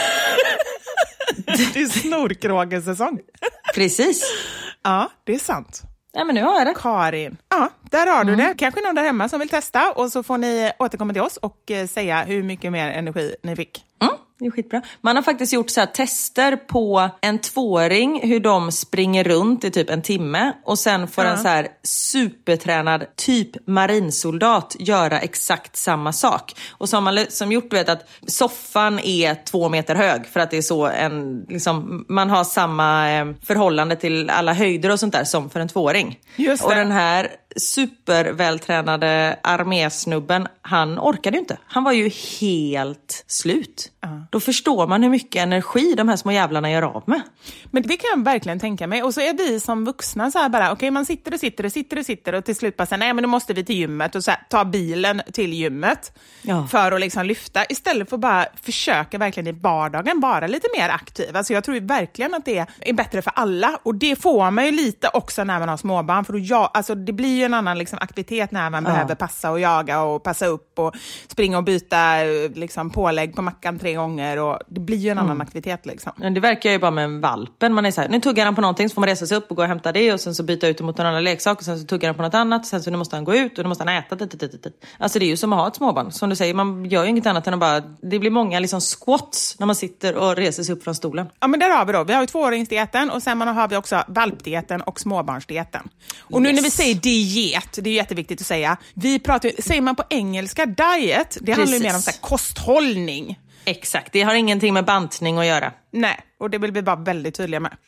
Det är snorkråkesäsong. Precis. Ja, det är sant. Ja, men nu har jag det. Karin. Ja, där har du det. Kanske någon där hemma som vill testa. Och så får ni återkomma till oss och säga hur mycket mer energi ni fick. Det är skitbra. Man har faktiskt gjort så här tester på en 2-åring hur de springer runt i typ en timme och sen får en så här supertränad typ marinsoldat göra exakt samma sak. Och så har man som gjort, du vet, att soffan är 2 meter hög för att det är så liksom, man har samma förhållande till alla höjder och sånt där som för en 2-åring. Just det. Och den här supervältränade armésnubben, han orkade ju inte. Han var ju helt slut. Då förstår man hur mycket energi de här små jävlarna gör av med. Men det kan jag verkligen tänka mig. Och så är vi som vuxna så här bara, okej, man sitter och till slut bara säger, nej men nu måste vi till gymmet och så här, ta bilen till gymmet för att liksom lyfta. Istället för att bara försöka verkligen i vardagen vara lite mer aktiv. Alltså jag tror verkligen att det är bättre för alla. Och det får man ju lite också när man har småbarn. För då alltså det blir ju en annan liksom aktivitet när man behöver passa och jaga och passa upp och springa och byta liksom pålägg på mackan 3 gånger. Och det blir ju en annan aktivitet liksom. Men det verkar ju bara med en valpen. Man är så här, nu tuggar han på någonting så får man resa sig upp och gå och hämta det och sen så byta ut det mot en annan leksak och sen så tuggar han på något annat och sen så nu måste han gå ut och nu måste han äta. Alltså det är ju som att ha ett småbarn. Som du säger, man gör ju inget annat än att bara, det blir många liksom squats när man sitter och reser sig upp från stolen. Ja, men där har vi då. Vi har ju 2-åringsdieten och sen har vi också valpdieten och småbarnsdieten. Och nu när vi säger diet diet, det är jätteviktigt att säga. Säger man på engelska diet, det handlar ju mer om så här kosthållning. Exakt, det har ingenting med bantning att göra. Nej, och det vill vi vara väldigt tydliga med.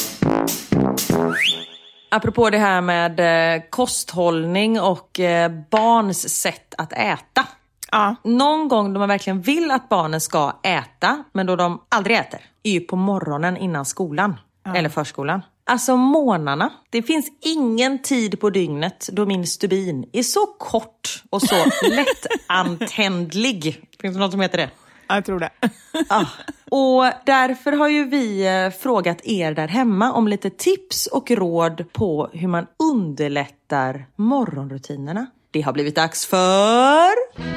Apropå det här med kosthållning och barns sätt att äta. Ja. Någon gång då man verkligen vill att barnen ska äta, men då de aldrig äter, är ju på morgonen innan skolan eller förskolan. Alltså månaderna. Det finns ingen tid på dygnet då min stubin är så kort och så lättantändlig. Finns det något som heter det? Jag tror det. Och därför har ju vi frågat er där hemma om lite tips och råd på hur man underlättar morgonrutinerna. Det har blivit dags för...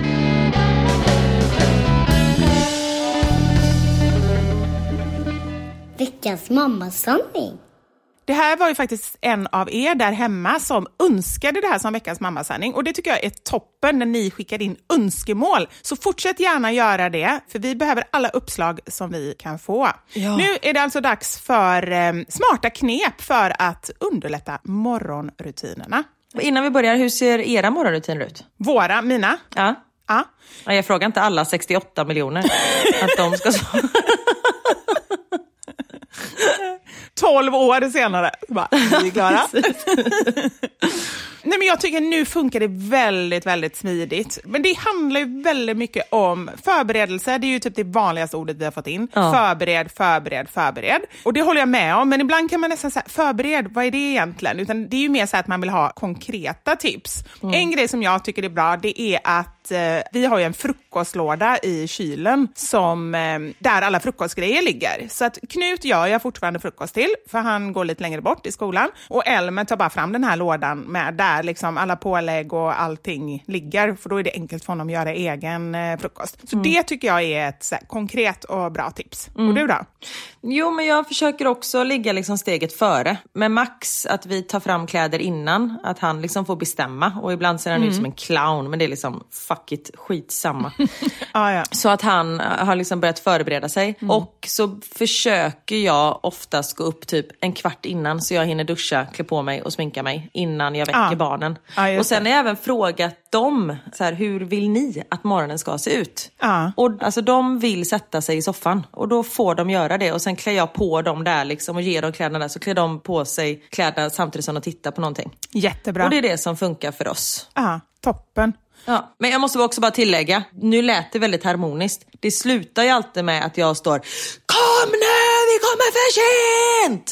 Veckans mammasanning. Det här var ju faktiskt en av er där hemma som önskade det här som veckans mammasanning. Och det tycker jag är toppen när ni skickar in önskemål. Så fortsätt gärna göra det, för vi behöver alla uppslag som vi kan få. Ja. Nu är det alltså dags för smarta knep för att underlätta morgonrutinerna. Innan vi börjar, hur ser era morgonrutiner ut? Mina? Ja. Jag frågar inte alla 68 miljoner att de ska... 12 år senare. Bara, vi är klara. Nej, men jag tycker nu funkar det väldigt, väldigt smidigt. Men det handlar ju väldigt mycket om förberedelse. Det är ju typ det vanligaste ordet vi har fått in. Ja. Förbered. Och det håller jag med om. Men ibland kan man nästan säga, förbered, vad är det egentligen? Utan det är ju mer så att man vill ha konkreta tips. En grej som jag tycker är bra, det är att vi har ju en frukostlåda i kylen som, där alla frukostgrejer ligger. Så att Knut gör jag fortfarande frukost till, för han går lite längre bort i skolan. Och Elmer tar bara fram den här lådan med där liksom alla pålägg och allting ligger. För då är det enkelt för honom att göra egen frukost. Så det tycker jag är ett så här, konkret och bra tips. Och du då? Jo, men jag försöker också ligga liksom steget före. Med Max att vi tar fram kläder innan. Att han liksom får bestämma. Och ibland ser han ut som en clown. Men det är liksom fuck it, skitsamma. Ja. Så att han har liksom börjat förbereda sig. Och så försöker jag oftast gå upp typ en kvart innan. Så jag hinner duscha, klä på mig och sminka mig innan jag väcker barnen. Och sen har jag även frågat dem så här, hur vill ni att morgonen ska se ut? Och alltså de vill sätta sig i soffan. Och då får de göra det. Och sen klär jag på dem där liksom och ger dem kläderna där. Så klär de på sig kläderna samtidigt som de tittar på någonting. Jättebra. Och det är det som funkar för oss. Toppen. Ja, men jag måste också bara tillägga, nu lät det väldigt harmoniskt. Det slutar ju alltid med att jag står, kom nu, vi kommer för sent!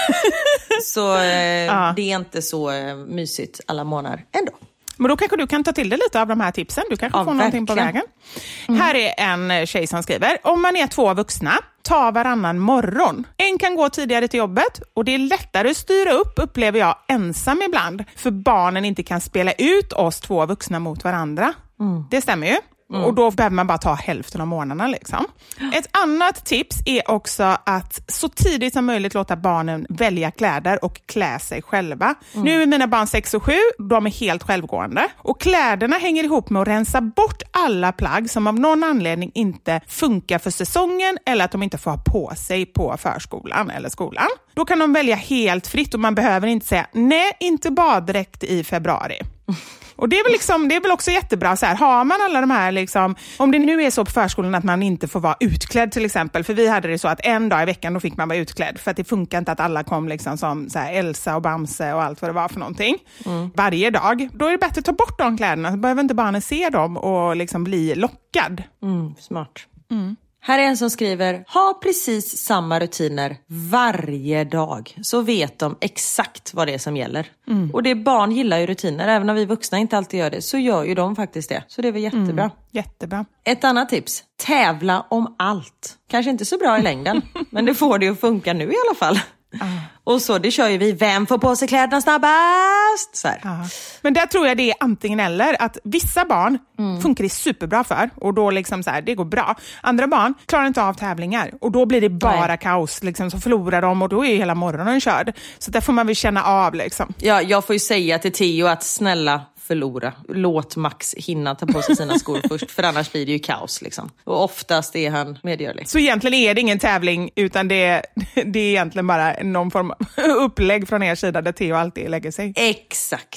Så det är inte så mysigt alla månader ändå. Men då kanske du kan ta till dig lite av de här tipsen. Du kanske får någonting på vägen. Här är en tjej som skriver, om man är 2 vuxna, ta varannan morgon. En kan gå tidigare till jobbet och det är lättare att styra upp, upplever jag, ensam ibland. För barnen inte kan spela ut oss 2 vuxna mot varandra. Det stämmer ju. Och då behöver man bara ta hälften av morgnarna liksom. Ett annat tips är också att så tidigt som möjligt låta barnen välja kläder och klä sig själva. Nu är mina barn 6 och 7, de är helt självgående. Och kläderna hänger ihop med att rensa bort alla plagg som av någon anledning inte funkar för säsongen eller att de inte får ha på sig på förskolan eller skolan. Då kan de välja helt fritt och man behöver inte säga nej, inte baddräkt i februari. Och det är väl också jättebra så här, har man alla de här liksom, om det nu är så på förskolan att man inte får vara utklädd till exempel, för vi hade det så att en dag i veckan då fick man vara utklädd för att det funkar inte att alla kom liksom som så här Elsa och Bamse och allt vad det var för någonting varje dag. Då är det bättre att ta bort de kläderna, så behöver inte barnen se dem och liksom bli lockad. Smart. Här är en som skriver, ha precis samma rutiner varje dag. Så vet de exakt vad det är som gäller. Och det barn gillar ju rutiner. Även om vi vuxna inte alltid gör det, så gör ju de faktiskt det. Så det är väl jättebra. Jättebra. Ett annat tips, tävla om allt. Kanske inte så bra i längden, men det får det att funka nu i alla fall. Och så, det kör ju vi, vem får på sig kläderna snabbast? Så här. Men där tror jag det är antingen eller, att vissa barn funkar det superbra för och då liksom så här, det går bra. Andra barn klarar inte av tävlingar och då blir det bara kaos liksom, så förlorar de och då är ju hela morgonen körd. Så där får man väl känna av liksom. Ja, jag får ju säga till Theo att snälla förlora. Låt Max hinna ta på sig sina skor först, för annars blir det ju kaos liksom. Och oftast är han medgörlig. Så egentligen är det ingen tävling, utan det är egentligen bara någon form av upplägg från er sida där Theo alltid lägger sig. Exakt.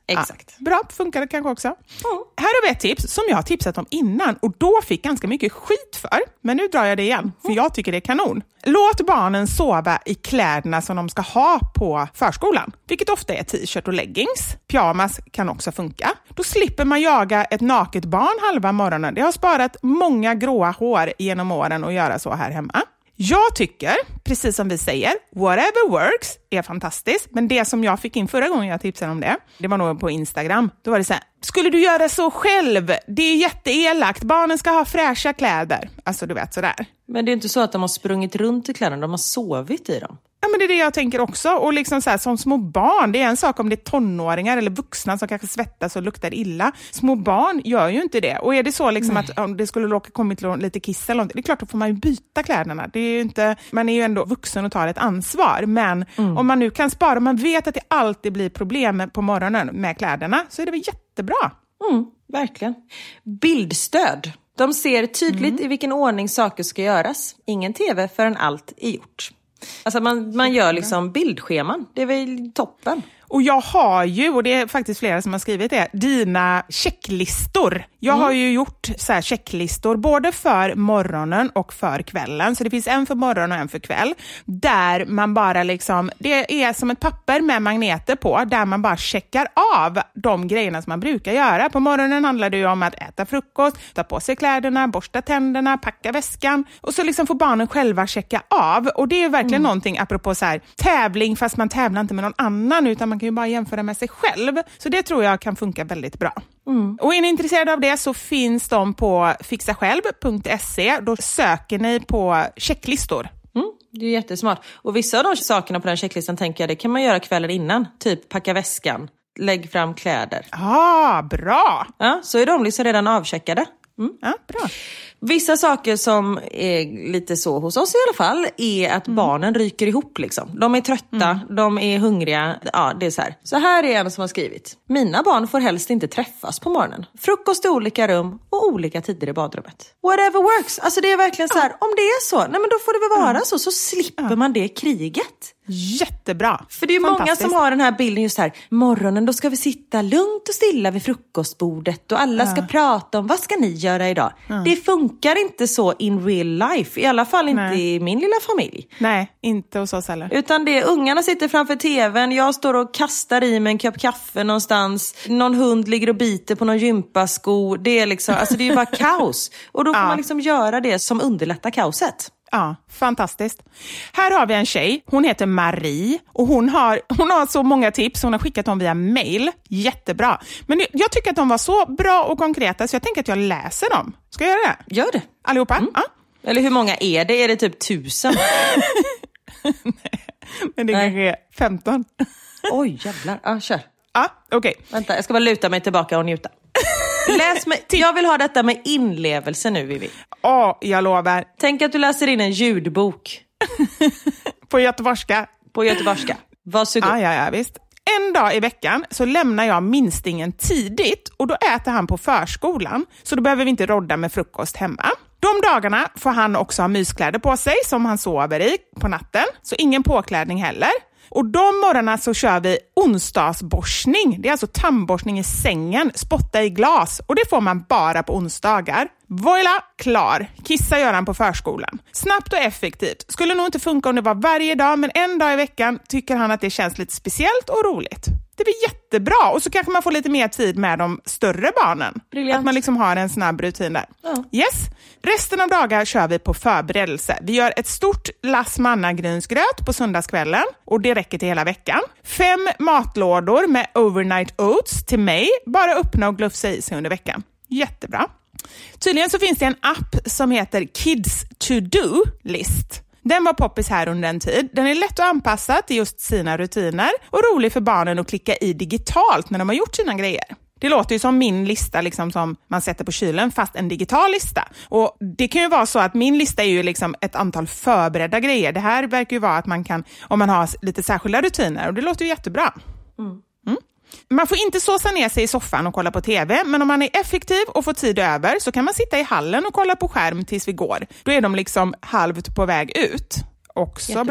Exakt. Ja, bra, funkar det kanske också. Här har vi ett tips som jag har tipsat om innan och då fick ganska mycket skit för. Men nu drar jag det igen, för jag tycker det är kanon. Låt barnen sova i kläderna som de ska ha på förskolan, vilket ofta är t-shirt och leggings. Pyjamas kan också funka. Då slipper man jaga ett naket barn halva morgonen. Det har sparat många gråa hår genom åren att göra så här hemma. Jag tycker, precis som vi säger, whatever works är fantastiskt. Men det som jag fick in förra gången jag tipsade om det var nog på Instagram. Då var det så här, skulle du göra så själv? Det är jätteelakt. Barnen ska ha fräscha kläder. Alltså du vet sådär. Men det är inte så att de har sprungit runt i kläderna, de har sovit i dem. Ja, men det är det jag tänker också. Och liksom så här, som små barn, det är en sak om det är tonåringar eller vuxna som kanske svettas och luktar illa. Små barn gör ju inte det. Och är det så liksom att om det skulle råka kommit lite kiss eller något, det är klart att får man ju byta kläderna. Det är ju inte, man är ju ändå vuxen och tar ett ansvar. Men om man nu kan spara, man vet att det alltid blir problem på morgonen med kläderna, så är det väl jättebra. Verkligen. Bildstöd. De ser tydligt i vilken ordning saker ska göras. Ingen tv förrän allt är gjort. Alltså man gör liksom bildscheman. Det är väl toppen. Och jag har ju, och det är faktiskt flera som har skrivit det, dina checklistor. Jag har ju gjort så här checklistor både för morgonen och för kvällen. Så det finns en för morgon och en för kväll. Där man bara liksom, det är som ett papper med magneter på. Där man bara checkar av de grejerna som man brukar göra. På morgonen handlar det ju om att äta frukost, ta på sig kläderna, borsta tänderna, packa väskan. Och så liksom får barnen själva checka av. Och det är verkligen någonting apropå så här tävling, fast man tävlar inte med någon annan utan man kan ju bara jämföra med sig själv. Så det tror jag kan funka väldigt bra. Och är ni intresserade av det så finns de på fixasjälv.se. Då söker ni på checklistor. Det är jättesmart. Och vissa av de sakerna på den checklistan tänker jag, det kan man göra kvällen innan. Typ packa väskan, lägg fram kläder. Bra! Ja, så är de liksom redan avcheckade. Ja, bra. Vissa saker som är lite så hos oss i alla fall är att barnen ryker ihop liksom. De är trötta, de är hungriga. Ja, det är så här. Så här är en som har skrivit. Mina barn får helst inte träffas på morgonen. Frukost i olika rum och olika tider i badrummet. Whatever works. Alltså det är verkligen så här, om det är så, nej men då får det väl vara så slipper man det kriget. Jättebra. För det är ju många som har den här bilden just här. Morgonen, då ska vi sitta lugnt och stilla vid frukostbordet och alla ska prata om vad ska ni göra idag. Det funkar inte så in real life. I alla fall inte i min lilla familj. Nej, inte hos oss heller. Utan det är ungarna sitter framför tvn. Jag står och kastar i mig en kopp kaffe någonstans. Någon hund ligger och biter på någon gympasko. Det är liksom, alltså det är ju bara kaos. Och då får man liksom göra det som underlättar kaoset. Ja, fantastiskt. Här har vi en tjej, hon heter Marie och hon har så många tips, hon har skickat dem via mail. Jättebra. Men jag tycker att de var så bra och konkreta så jag tänker att jag läser dem. Ska jag göra det? Gör det. Allihopa? Ja. Eller hur många är det? Är det typ 1000? Nej, men det kanske är 15. Oj, jävlar. Ja, kör. Ja, okej. Vänta, jag ska bara luta mig tillbaka och njuta. Läs mig. Jag vill ha detta med inlevelse nu, Vivi. Jag lovar. Tänk att du läser in en ljudbok. På göteborgska. På göteborgska. Varsågod. Ja, visst. En dag i veckan så lämnar jag minstingen tidigt och då äter han på förskolan. Så då behöver vi inte rodda med frukost hemma. De dagarna får han också ha myskläder på sig som han sover i på natten. Så ingen påklädning heller. Och de morgnarna så kör vi onsdagsborstning. Det är alltså tandborstning i sängen, spotta i glas. Och det får man bara på onsdagar. Voila, klar. Kissa gör han på förskolan. Snabbt och effektivt. Skulle nog inte funka om det var varje dag, men en dag i veckan tycker han att det känns lite speciellt och roligt. Det blir jättebra. Och så kanske man får lite mer tid med de större barnen. Brilliant. Att man liksom har en snabb rutin där. Ja. Yes. Resten av dagar kör vi på förberedelse. Vi gör ett stort lass mannagrynsgröt på söndagskvällen. Och det räcker till hela veckan. 5 matlådor med overnight oats till mig. Bara öppna och glufsa i sig under veckan. Jättebra. Tydligen så finns det en app som heter Kids To Do List. Den var poppis här under en tid. Den är lätt att anpassa till just sina rutiner och rolig för barnen att klicka i digitalt när de har gjort sina grejer. Det låter ju som min lista liksom som man sätter på kylen, fast en digital lista. Och det kan ju vara så att min lista är ju liksom ett antal förberedda grejer. Det här verkar ju vara att man kan, om man har lite särskilda rutiner, och det låter ju jättebra. Man får inte såsa ner sig i soffan och kolla på tv, men om man är effektiv och får tid över så kan man sitta i hallen och kolla på skärm tills vi går. Då är de liksom halvt på väg ut. Också jättebra. Bra.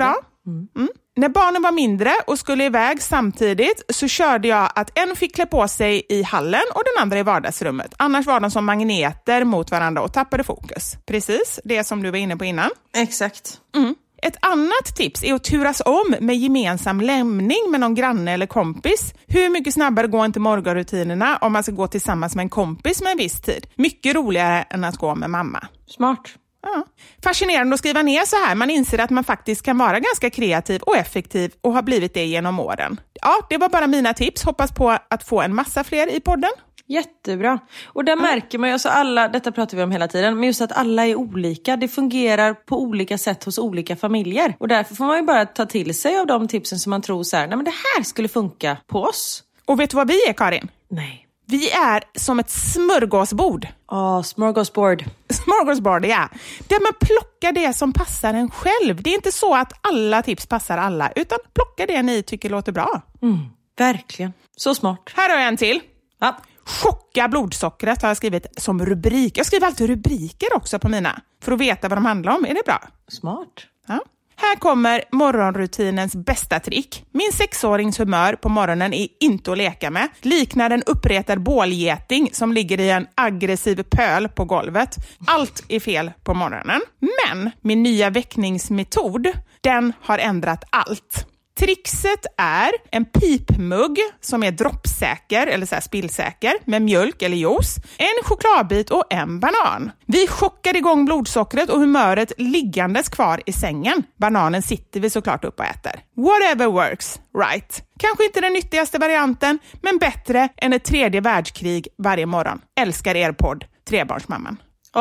När barnen var mindre och skulle iväg samtidigt så körde jag att en fick klä på sig i hallen och den andra i vardagsrummet. Annars var de som magneter mot varandra och tappade fokus. Precis, det som du var inne på innan. Exakt. Ett annat tips är att turas om med gemensam lämning med någon granne eller kompis. Hur mycket snabbare går inte morgonrutinerna om man ska gå tillsammans med en kompis med en viss tid? Mycket roligare än att gå med mamma. Smart. Ja. Fascinerande att skriva ner så här. Man inser att man faktiskt kan vara ganska kreativ och effektiv och har blivit det genom åren. Ja, det var bara mina tips. Hoppas på att få en massa fler i podden. Jättebra. Och där märker man ju, alltså alla, detta pratar vi om hela tiden, men just att alla är olika. Det fungerar på olika sätt hos olika familjer. Och därför får man ju bara ta till sig av de tipsen som man tror så här, nej men det här skulle funka på oss. Och vet du vad vi är, Karin? Nej. Vi är som ett smörgåsbord. Smörgåsbord. Smörgåsbord, ja. Där man plockar det som passar en själv. Det är inte så att alla tips passar alla, utan plocka det ni tycker låter bra. Verkligen. Så smart. Här har jag en till. Ja. Chocka blodsockret har jag skrivit som rubrik. Jag skriver alltid rubriker också på mina, för att veta vad de handlar om. Är det bra? Smart. Ja. Här kommer morgonrutinens bästa trick. Min 6-årings humör på morgonen är inte att leka med. Liknar en uppretad bålgeting som ligger i en aggressiv pöl på golvet. Allt är fel på morgonen. Men min nya väckningsmetod, den har ändrat allt. Trixet är en pipmugg som är droppsäker eller så här spillsäker med mjölk eller juice, en chokladbit och en banan. Vi chockar igång blodsockret och humöret liggandes kvar i sängen. Bananen sitter vi såklart upp och äter. Whatever works, right? Kanske inte den nyttigaste varianten, men bättre än ett 3:e världskrig varje morgon. Älskar er podd, trebarnsmamman.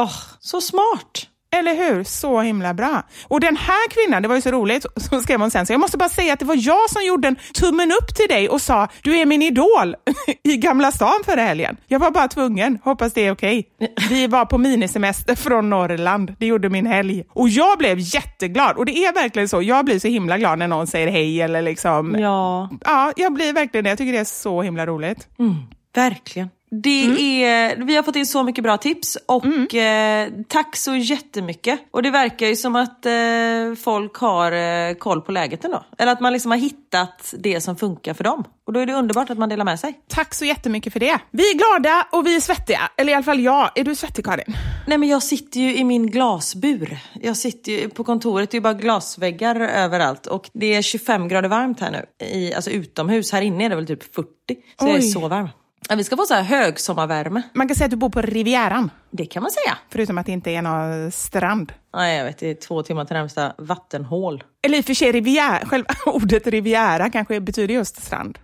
Så smart! Eller hur? Så himla bra. Och den här kvinnan, det var ju så roligt, så skrev hon sen. Så jag måste bara säga att det var jag som gjorde en tummen upp till dig och sa, du är min idol i Gamla stan förra helgen. Jag var bara tvungen, hoppas det är okej. Vi var på minisemester från Norrland, det gjorde min helg. Och jag blev jätteglad, och det är verkligen så. Jag blir så himla glad när någon säger hej eller liksom. Ja, jag blir verkligen det. Jag tycker det är så himla roligt. Verkligen. Vi har fått in så mycket bra tips och tack så jättemycket. Och det verkar ju som att folk har koll på läget ändå. Eller att man liksom har hittat det som funkar för dem. Och då är det underbart att man delar med sig. Tack så jättemycket för det. Vi är glada och vi är svettiga. Eller i alla fall jag. Är du svettig, Karin? Nej, men jag sitter ju i min glasbur. Jag sitter ju på kontoret. Det är ju bara glasväggar överallt. Och det är 25 grader varmt här nu. Alltså utomhus. Här inne är det väl typ 40. Så jag är så varm. Ja, vi ska få så här högsommarvärme. Man kan säga att du bor på Rivieran. Det kan man säga. Förutom att det inte är någon strand. Nej, jag vet. Det är 2 timmar till närmsta vattenhål. Eller i och för sig Riviera. Själva ordet Riviera kanske betyder just strand.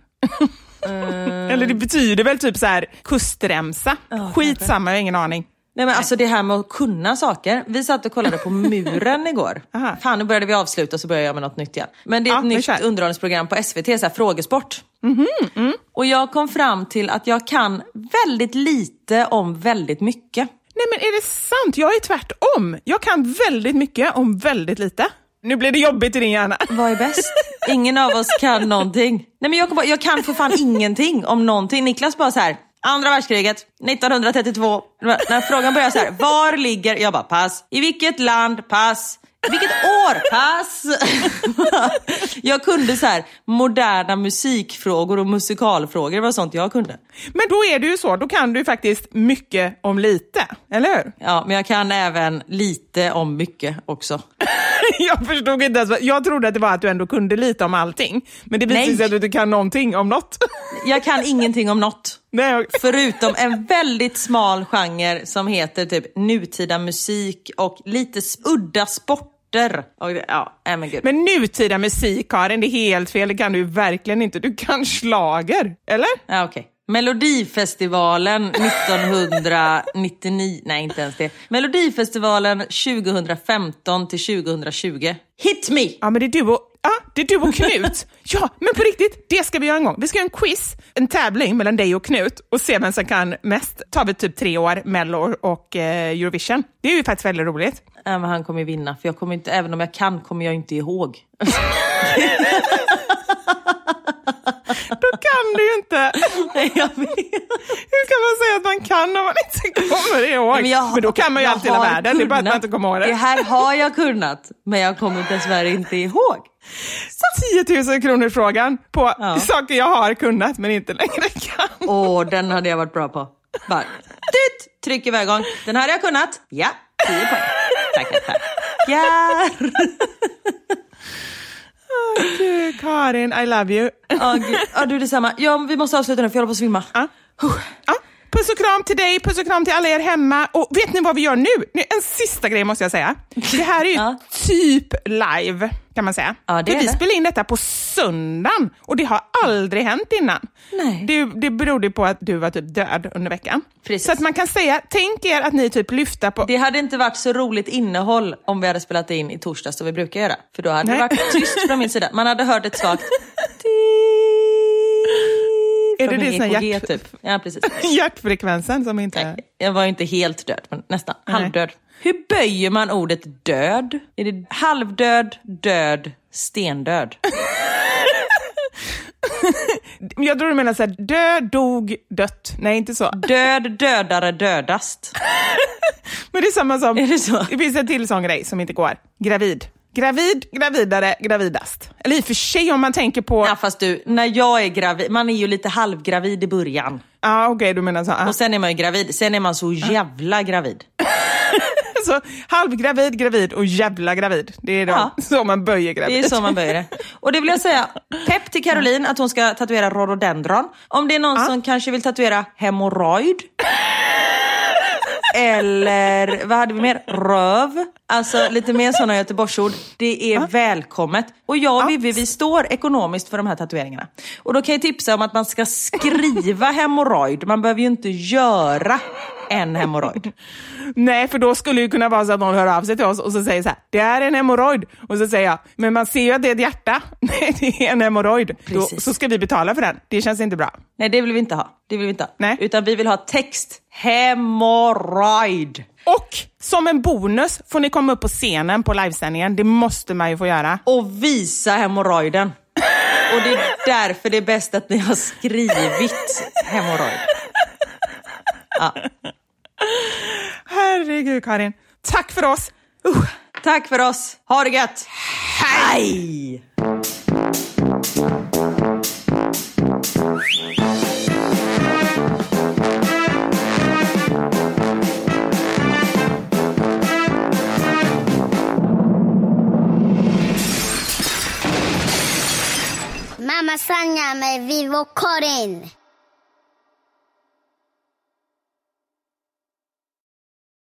Eller det betyder väl typ så här kustremsa. Skitsamma, jag har ingen aning. Nej, men alltså det här med att kunna saker. Vi satt och kollade på Muren igår. Fan, nu började vi avsluta så börjar jag med något nytt igen. Men det är ett nytt underhållningsprogram på SVT, så här frågesport. Och jag kom fram till att jag kan väldigt lite om väldigt mycket. Nej, men är det sant? Jag är tvärtom. Jag kan väldigt mycket om väldigt lite. Nu blir det jobbigt i din hjärna. Vad är bäst? Ingen av oss kan någonting. Nej, men jag kan för fan ingenting om någonting. Niklas bara så här: Andra världskriget, 1932. När frågan börjar så här: var ligger? Jag bara, pass. I vilket land? Pass. Vilket år? Pass. Jag kunde så här moderna musikfrågor och musikalfrågor. Det var sånt jag kunde. Men då är det ju så, då kan du ju faktiskt mycket om lite, eller hur? Ja, men jag kan även lite om mycket också. Jag förstod inte ens. Jag trodde att det var att du ändå kunde lite om allting. Men det visar sig att du inte kan någonting om något. Jag kan ingenting om något. Nej. Förutom en väldigt smal genre som heter typ nutida musik och lite udda sporter. Och, men gud. Men nutida musik, Karin, det är helt fel. Det kan du verkligen inte. Du kan schlager, eller? Ja, okej. Melodifestivalen 1999, nej inte ens det. Melodifestivalen 2015 till 2020. Hit me! Ja, men det är du och Knut. Ja, men på riktigt, det ska vi göra en gång. Vi ska göra en quiz, en tävling mellan dig och Knut och se vem som kan mest. Tar vi typ 3 år, Mello och Eurovision. Det är ju faktiskt väldigt roligt. Ja, men han kommer ju vinna, för jag kommer inte, även om jag kan, kommer jag inte ihåg. Då kan du ju inte. Nej, jag vet. Hur kan man säga att man kan om man inte kommer ihåg? Men då kan man ju allt i hela världen. Det är bara att man inte kommer ihåg det. Det här har jag kunnat, men jag kommer dessvärre inte ihåg. 10 000 kronor frågan på saker jag har kunnat men inte längre kan. Den hade jag varit bra på. Bara, tryck iväg gång. Den hade jag kunnat. Ja, 10 poäng. Tack. Ja. Gud, Karin, I love you. Du detsamma. Ja, vi måste avsluta nu för jag håller på att svimma. Puss och kram till dig, puss och kram till alla er hemma. Och vet ni vad vi gör nu? En sista grej måste jag säga. Det här är ju typ live, kan man säga. Ja, för vi spelar in detta på söndagen. Och det har aldrig hänt innan. Nej. Det berodde på att du var typ död under veckan. Precis. Så att man kan säga, tänk er att ni typ lyfter på... Det hade inte varit så roligt innehåll om vi hade spelat in i torsdags som vi brukar göra. För då hade det varit tyst från min sida. Man hade hört ett svagt... Är det det som EKG, typ? Ja, precis. Hjärtfrekvensen som inte... Nej, jag var inte helt död, men nästan. Halvdöd. Hur böjer man ordet död? Är det halvdöd, död, stendöd? Jag tror du menar så här, död, dog, dött. Nej, inte så. Död, dödare, dödast. Men det är samma som... Är det så? Det finns en till sån grej som inte går. Gravid. Gravid, gravidare, gravidast. Eller i och för sig om man tänker på... Ja, fast du, när jag är gravid, man är ju lite halvgravid i början. Ja, okej, du menar så. Och sen är man ju gravid, sen är man så jävla gravid. Så halvgravid, gravid och jävla gravid. Det är då så man böjer gravid. Det är så man böjer det. Och det vill jag säga, pepp till Caroline att hon ska tatuera rhododendron. Om det är någon som kanske vill tatuera hemorrojd. Eller, vad hade vi mer? Röv. Alltså lite mer sådana Göteborgsord. Det är välkommet. Och jag och Vivi, vi står ekonomiskt för de här tatueringarna. Och då kan jag tipsa om att man ska skriva hemorrojd. Man behöver ju inte göra en hemorrojd. Nej, för då skulle det kunna vara så att någon hör av sig till oss och så säger så här, det är en hemorrojd. Och så säger jag, men man ser ju att det är ett hjärta. Nej, det är en hemorrojd. Då, så ska vi betala för den. Det känns inte bra. Nej, det vill vi inte ha. Det vill vi inte ha. Nej. Utan vi vill ha text. Hemorrojd. Och som en bonus får ni komma upp på scenen på livesändningen. Det måste man ju få göra. Och visa hemorrojden. Och det är därför det är bäst att ni har skrivit hemorrojd. Ja. Herregud, Karin. Tack för oss. Tack för oss. Ha det gött. Hej! Mamma Sanja med Vivo Karin.